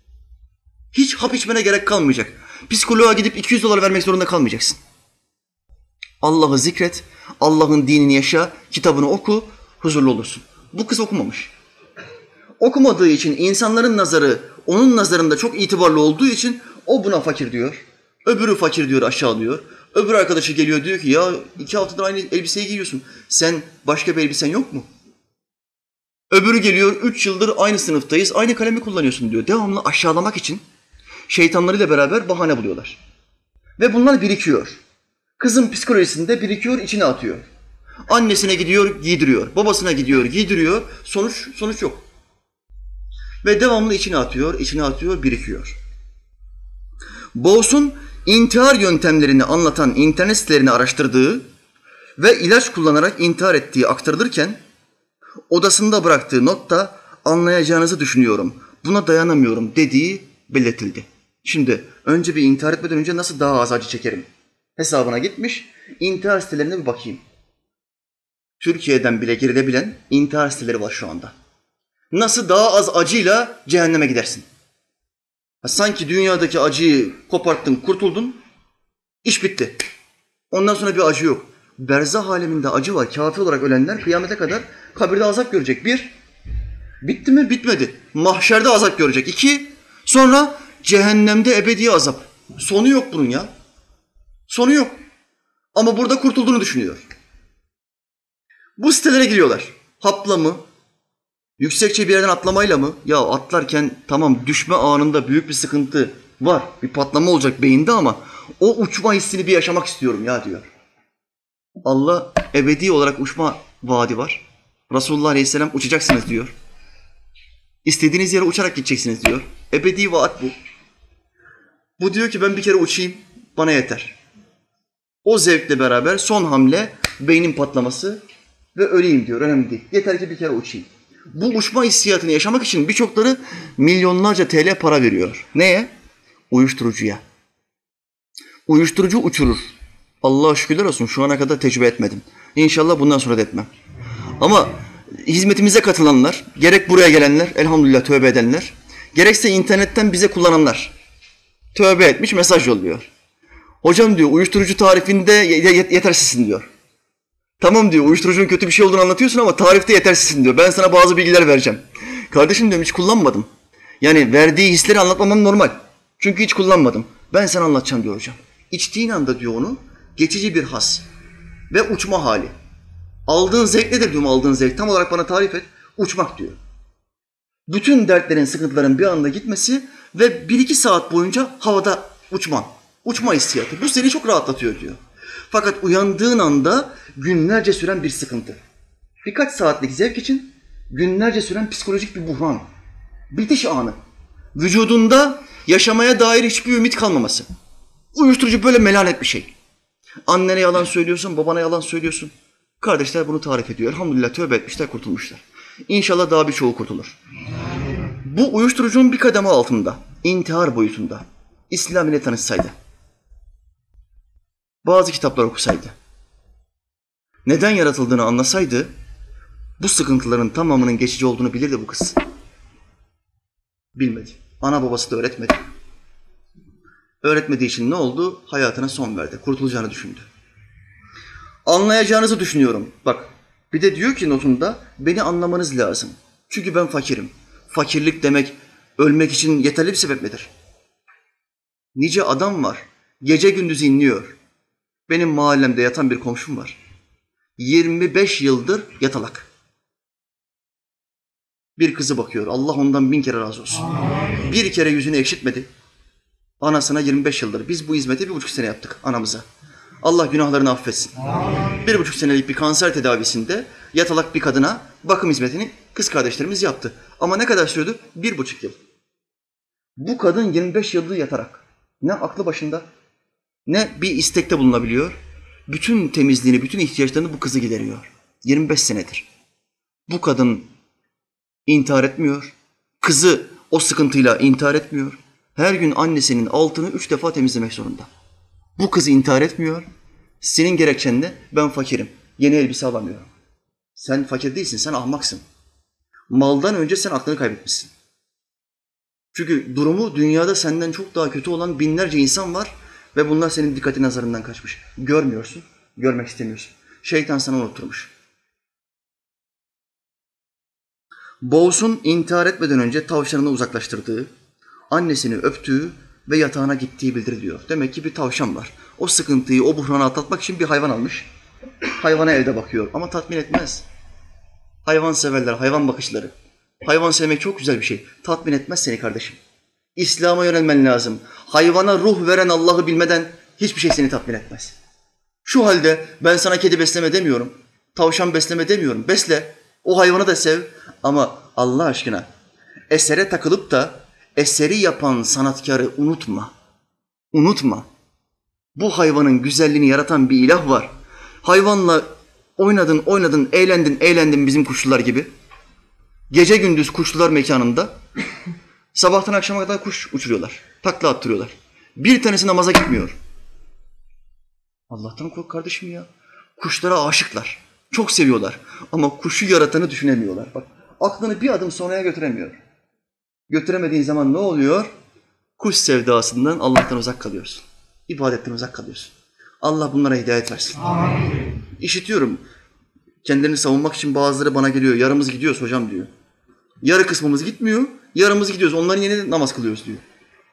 Hiç hap içmene gerek kalmayacak. Psikoloğa gidip $200 vermek zorunda kalmayacaksın. Allah'ı zikret, Allah'ın dinini yaşa, kitabını oku, huzurlu olursun. Bu kız okumamış. Okumadığı için insanların nazarı, onun nazarında çok itibarlı olduğu için o buna fakir diyor. Öbürü fakir diyor, aşağılıyor. Öbür arkadaşı geliyor diyor ki ya 2 haftadır aynı elbiseyi giyiyorsun. Sen başka bir elbisen yok mu? Öbürü geliyor 3 yıldır aynı sınıftayız, aynı kalemi kullanıyorsun diyor. Devamlı aşağılamak için şeytanlarıyla beraber bahane buluyorlar. Ve bunlar birikiyor. Kızın psikolojisinde birikiyor, içine atıyor. Annesine gidiyor, giydiriyor. Babasına gidiyor, giydiriyor. Sonuç yok. Ve devamlı içine atıyor, birikiyor. Bowes'un intihar yöntemlerini anlatan internet sitelerini araştırdığı ve ilaç kullanarak intihar ettiği aktarılırken odasında bıraktığı notta anlayacağınızı düşünüyorum, buna dayanamıyorum dediği belirtildi. Şimdi önce bir intihar etmeden önce nasıl daha az acı çekerim hesabına gitmiş, intihar sitelerine bir bakayım. Türkiye'den bile girilebilen intihar siteleri var şu anda. Nasıl daha az acıyla cehenneme gidersin? Sanki dünyadaki acıyı koparttın, kurtuldun, iş bitti. Ondan sonra bir acı yok. Berzah aleminde acı var. Kafir olarak ölenler kıyamete kadar kabirde azap görecek. 1, bitti mi? Bitmedi. Mahşerde azap görecek. 2, sonra cehennemde ebedi azap. Sonu yok bunun ya. Sonu yok. Ama burada kurtulduğunu düşünüyor. Bu sitelere giriyorlar. Hapla mı? Yüksekçe bir yerden atlamayla mı? Ya atlarken tamam düşme anında büyük bir sıkıntı var. Bir patlama olacak beyinde ama o uçma hissini bir yaşamak istiyorum ya diyor. Allah ebedi olarak uçma vaadi var. Resulullah Aleyhisselam uçacaksınız diyor. İstediğiniz yere uçarak gideceksiniz diyor. Ebedi vaat bu. Bu diyor ki ben bir kere uçayım, bana yeter. O zevkle beraber son hamle beynin patlaması ve öleyim diyor. Önemli değil. Yeter ki bir kere uçayım. Bu uçma hissiyatını yaşamak için birçokları milyonlarca TL para veriyor. Neye? Uyuşturucuya. Uyuşturucu uçurur. Allah'a şükürler olsun şu ana kadar tecrübe etmedim. İnşallah bundan sonra da etmem. Ama hizmetimize katılanlar, gerek buraya gelenler, elhamdülillah tövbe edenler, gerekse internetten bize kullananlar tövbe etmiş mesaj yolluyor. Hocam diyor uyuşturucu tarifinde yetersizsin diyor. Tamam diyor uyuşturucunun kötü bir şey olduğunu anlatıyorsun ama tarifte yetersizsin diyor. Ben sana bazı bilgiler vereceğim. Kardeşim diyorum hiç kullanmadım. Yani verdiği hisleri anlatmamam normal. Çünkü hiç kullanmadım. Ben sana anlatacağım diyor hocam. İçtiğin anda diyor onu geçici bir has ve uçma hali. Aldığın zevk nedir diyorum aldığın zevk? Tam olarak bana tarif et. Uçmak diyor. Bütün dertlerin, sıkıntıların bir anda gitmesi ve 1-2 saat boyunca havada uçman. Uçma hissiyatı. Bu seni çok rahatlatıyor diyor. Fakat uyandığın anda günlerce süren bir sıkıntı. Birkaç saatlik zevk için günlerce süren psikolojik bir buhran. Bitiş anı. Vücudunda yaşamaya dair hiçbir ümit kalmaması. Uyuşturucu böyle melanet bir şey. Annene yalan söylüyorsun, babana yalan söylüyorsun. Kardeşler bunu tarif ediyor. Elhamdülillah tövbe etmişler, kurtulmuşlar. İnşallah daha birçoğu kurtulur. Bu uyuşturucunun bir kademe altında, intihar boyutunda İslam ile tanışsaydı, bazı kitaplar okusaydı, neden yaratıldığını anlasaydı, bu sıkıntıların tamamının geçici olduğunu bilirdi bu kız. Bilmedi. Ana babası da öğretmedi. Öğretmediği için ne oldu? Hayatına son verdi. Kurtulacağını düşündü. Anlayacağınızı düşünüyorum. Bak, bir de diyor ki notunda, beni anlamanız lazım. Çünkü ben fakirim. Fakirlik demek, ölmek için yeterli bir sebep midir? Nice adam var, gece gündüz inliyor. Benim mahallemde yatan bir komşum var. 25 yıldır yatalak. Bir kızı bakıyor, Allah ondan 1000 kere razı olsun. Bir kere yüzünü ekşitmedi. Anasına 25 yıldır. Biz bu hizmeti 1,5 sene yaptık anamıza. Allah günahlarını affetsin. 1,5 senelik bir kanser tedavisinde yatalak bir kadına bakım hizmetini kız kardeşlerimiz yaptı. Ama ne kadar sürdü? 1,5 yıl. Bu kadın 25 yıldır yatarak. Ne aklı başında, ne bir istekte bulunabiliyor. Bütün temizliğini, bütün ihtiyaçlarını bu kızı gideriyor. 25 senedir. Bu kadın intihar etmiyor. Kızı o sıkıntıyla intihar etmiyor. Her gün annesinin altını 3 defa temizlemek zorunda. Bu kız intihar etmiyor. Senin gerekçen ne? Ben fakirim. Yeni elbise alamıyorum. Sen fakir değilsin, sen ahmaksın. Maldan önce sen aklını kaybetmişsin. Çünkü durumu dünyada senden çok daha kötü olan binlerce insan var ve bunlar senin dikkati nazarından kaçmış. Görmüyorsun, görmek istemiyorsun. Şeytan sana unutturmuş. Boğaz'un intihar etmeden önce tavşanını uzaklaştırdığı, annesini öptüğü ve yatağına gittiği bildiriliyor. Demek ki bir tavşan var. O sıkıntıyı, o buhranı atlatmak için bir hayvan almış. Hayvana evde bakıyor ama tatmin etmez. Hayvan severler, hayvan bakışları. Hayvan sevmek çok güzel bir şey. Tatmin etmez seni kardeşim. İslam'a yönelmen lazım. Hayvana ruh veren Allah'ı bilmeden hiçbir şey seni tatmin etmez. Şu halde ben sana kedi besleme demiyorum. Tavşan besleme demiyorum. Besle. O hayvanı da sev. Ama Allah aşkına esere takılıp da eseri yapan sanatkarı unutma. Unutma. Bu hayvanın güzelliğini yaratan bir ilah var. Hayvanla oynadın, eğlendin bizim kuşlular gibi. Gece gündüz kuşlular mekanında sabahtan akşama kadar kuş uçuruyorlar. Takla attırıyorlar. Bir tanesi namaza gitmiyor. Allah'tan kork kardeşim ya. Kuşlara aşıklar. Çok seviyorlar. Ama kuşu yaratanı düşünemiyorlar. Bak, aklını bir adım sonraya götüremiyor. Götüremediğin zaman ne oluyor? Kuş sevdasından Allah'tan uzak kalıyorsun. İbadetten uzak kalıyorsun. Allah bunlara hidayet versin. Amin. İşitiyorum. Kendilerini savunmak için bazıları bana geliyor. Yarımız gidiyoruz hocam diyor. Yarı kısmımız gitmiyor. Yarımız gidiyoruz. Onların yerine namaz kılıyoruz diyor.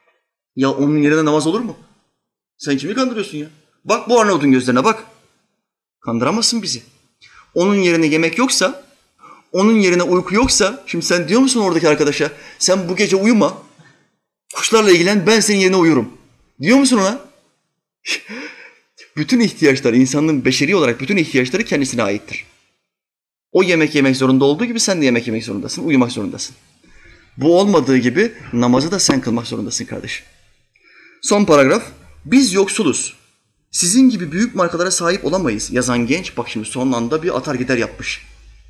Ya onun yerine namaz olur mu? Sen kimi kandırıyorsun ya? Bak bu Arnavut'un gözlerine bak. Kandıramazsın bizi. Onun yerine yemek yoksa, onun yerine uyku yoksa, şimdi sen diyor musun oradaki arkadaşa, sen bu gece uyuma, kuşlarla ilgilen, ben senin yerine uyurum. Diyor musun ona? Bütün ihtiyaçlar, insanlığın beşeri olarak bütün ihtiyaçları kendisine aittir. O yemek yemek zorunda olduğu gibi sen de yemek yemek zorundasın, uyumak zorundasın. Bu olmadığı gibi namazı da sen kılmak zorundasın kardeşim. Son paragraf, biz yoksuluz. Sizin gibi büyük markalara sahip olamayız. Yazan genç, bak şimdi son anda bir atar gider yapmış.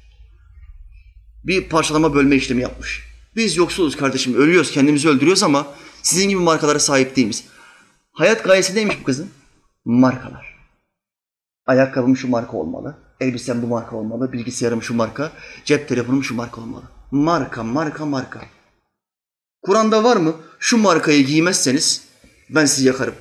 Bir parçalama bölme işlemi yapmış. Biz yoksuluz kardeşim, ölüyoruz, kendimizi öldürüyoruz ama sizin gibi markalara sahip değiliz. Hayat gayesi neymiş bu kızın? Markalar. Ayakkabım şu marka olmalı, elbisem bu marka olmalı, bilgisayarım şu marka, cep telefonum şu marka olmalı. Marka, marka, marka. Kur'an'da var mı? Şu markayı giymezseniz ben sizi yakarım.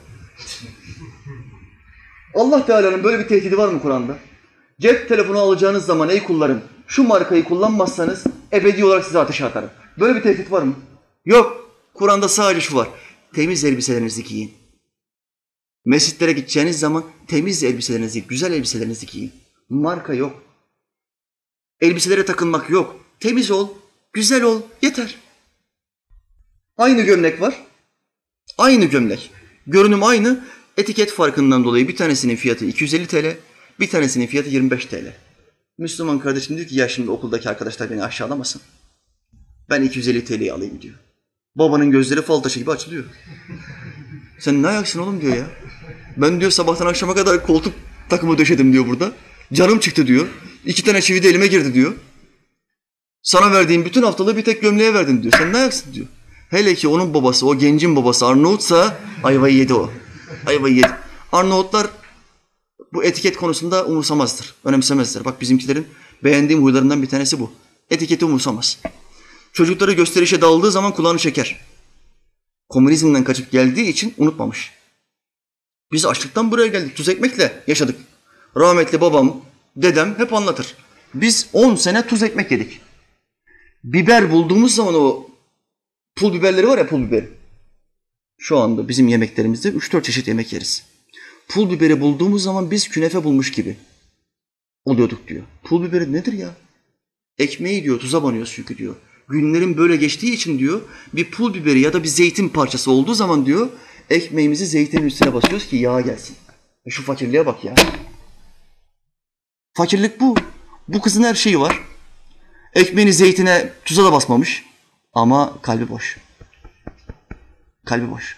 Allah Teala'nın böyle bir tehdidi var mı Kur'an'da? Cep telefonu alacağınız zaman ey kullarım, şu markayı kullanmazsanız ebedi olarak sizi ateşe atarım. Böyle bir tehdit var mı? Yok. Kur'an'da sadece şu var. Temiz elbiselerinizi giyin. Mescitlere gideceğiniz zaman temiz elbiselerinizi, güzel elbiselerinizi giyin. Marka yok. Elbiselere takılmak yok. Temiz ol, güzel ol, yeter. Aynı gömlek var. Aynı gömlek. Görünüm aynı. Etiket farkından dolayı bir tanesinin fiyatı 250 TL, bir tanesinin fiyatı 25 TL. Müslüman kardeşim diyor ki ya şimdi okuldaki arkadaşlar beni aşağılamasın. Ben 250 TL'yi alayım diyor. Babanın gözleri fal taşı gibi açılıyor. Sen ne ayaksın oğlum diyor ya. Ben diyor sabahtan akşama kadar koltuk takımı döşedim diyor burada. Canım çıktı diyor. 2 tane çivi de elime girdi diyor. Sana verdiğim bütün haftalığı bir tek gömleğe verdin diyor. Sen ne ayaksın diyor. Hele ki onun babası, o gencin babası Arnavutsa ayvayı yedi o. Ayvayı yedi. Arnavutlar bu etiket konusunda umursamazdır, önemsemezler. Bak bizimkilerin beğendiğim huylarından bir tanesi bu. Etiketi umursamaz. Çocukları gösterişe daldığı zaman kulağını çeker. Komünizmden kaçıp geldiği için unutmamış. Biz açlıktan buraya geldik, tuz ekmekle yaşadık. Rahmetli babam, dedem hep anlatır. Biz 10 sene tuz ekmek yedik. Biber bulduğumuz zaman o pul biberleri var ya, pul biberi. Şu anda bizim yemeklerimizde 3-4 çeşit yemek yeriz. Pul biberi bulduğumuz zaman biz künefe bulmuş gibi oluyorduk diyor. Pul biberi nedir ya? Ekmeği diyor tuza banıyoruz çünkü diyor. Günlerin böyle geçtiği için diyor bir pul biberi ya da bir zeytin parçası olduğu zaman diyor ekmeğimizi zeytinin üstüne basıyoruz ki yağ gelsin. Şu fakirliğe bak ya. Fakirlik bu. Bu kızın her şeyi var. Ekmeğini zeytine, tuza da basmamış ama kalbi boş. Kalbi boş.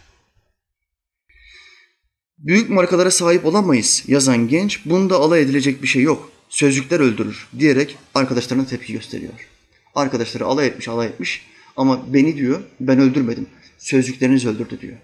Büyük markalara sahip olamayız yazan genç, bunda alay edilecek bir şey yok. Sözcükler öldürür diyerek arkadaşlarına tepki gösteriyor. Arkadaşları alay etmiş ama beni diyor, ben öldürmedim. Sözcükleriniz öldürdü diyor.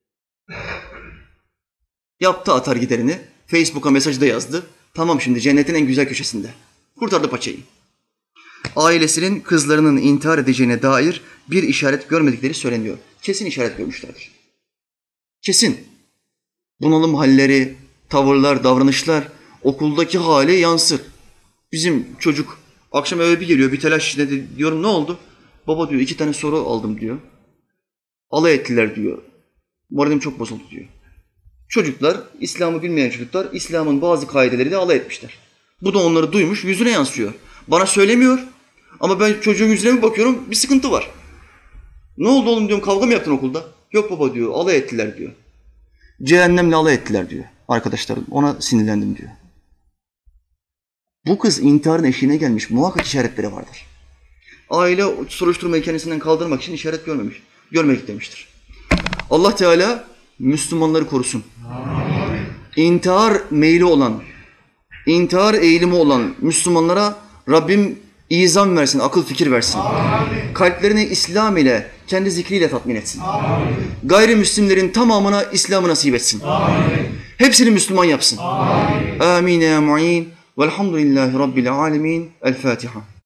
Yaptı atar giderini, Facebook'a mesajı da yazdı. Tamam şimdi cennetin en güzel köşesinde. Kurtardı paçayı. Ailesinin kızlarının intihar edeceğine dair bir işaret görmedikleri söyleniyor. Kesin işaret görmüşlerdir. Kesin. Bunalım halleri, tavırlar, davranışlar okuldaki hale yansır. Bizim çocuk akşam eve bir geliyor, bir telaş içinde diyorum ne oldu? Baba diyor 2 tane soru aldım diyor. Alay ettiler diyor. Moralim çok bozuldu diyor. Çocuklar, İslam'ı bilmeyen çocuklar, İslam'ın bazı kaideleriyle alay etmişler. Bu da onları duymuş, yüzüne yansıyor. Bana söylemiyor ama ben çocuğun yüzüne mi bakıyorum, bir sıkıntı var. Ne oldu oğlum diyorum, kavga mı yaptın okulda? Yok baba diyor, alay ettiler diyor. Cehennemle alay ettiler diyor arkadaşlarım. Ona sinirlendim diyor. Bu kız intiharın eşiğine gelmiş. Muhakkak işaretleri vardır. Aile soruşturmayı kendisinden kaldırmak için işaret görmemiş. Görmedik demiştir. Allah Teala Müslümanları korusun. Amin. İntihar meyli olan, intihar eğilimi olan Müslümanlara Rabbim izan versin, akıl fikir versin. Amin. Kalplerini İslam ile, kendi zikriyle tatmin etsin. Amin. Gayrimüslimlerin tamamına İslam'ı nasip etsin. Amin. Hepsini Müslüman yapsın. Amin. Amin ya mu'in. Velhamdülillahi Rabbil alemin. El Fatiha.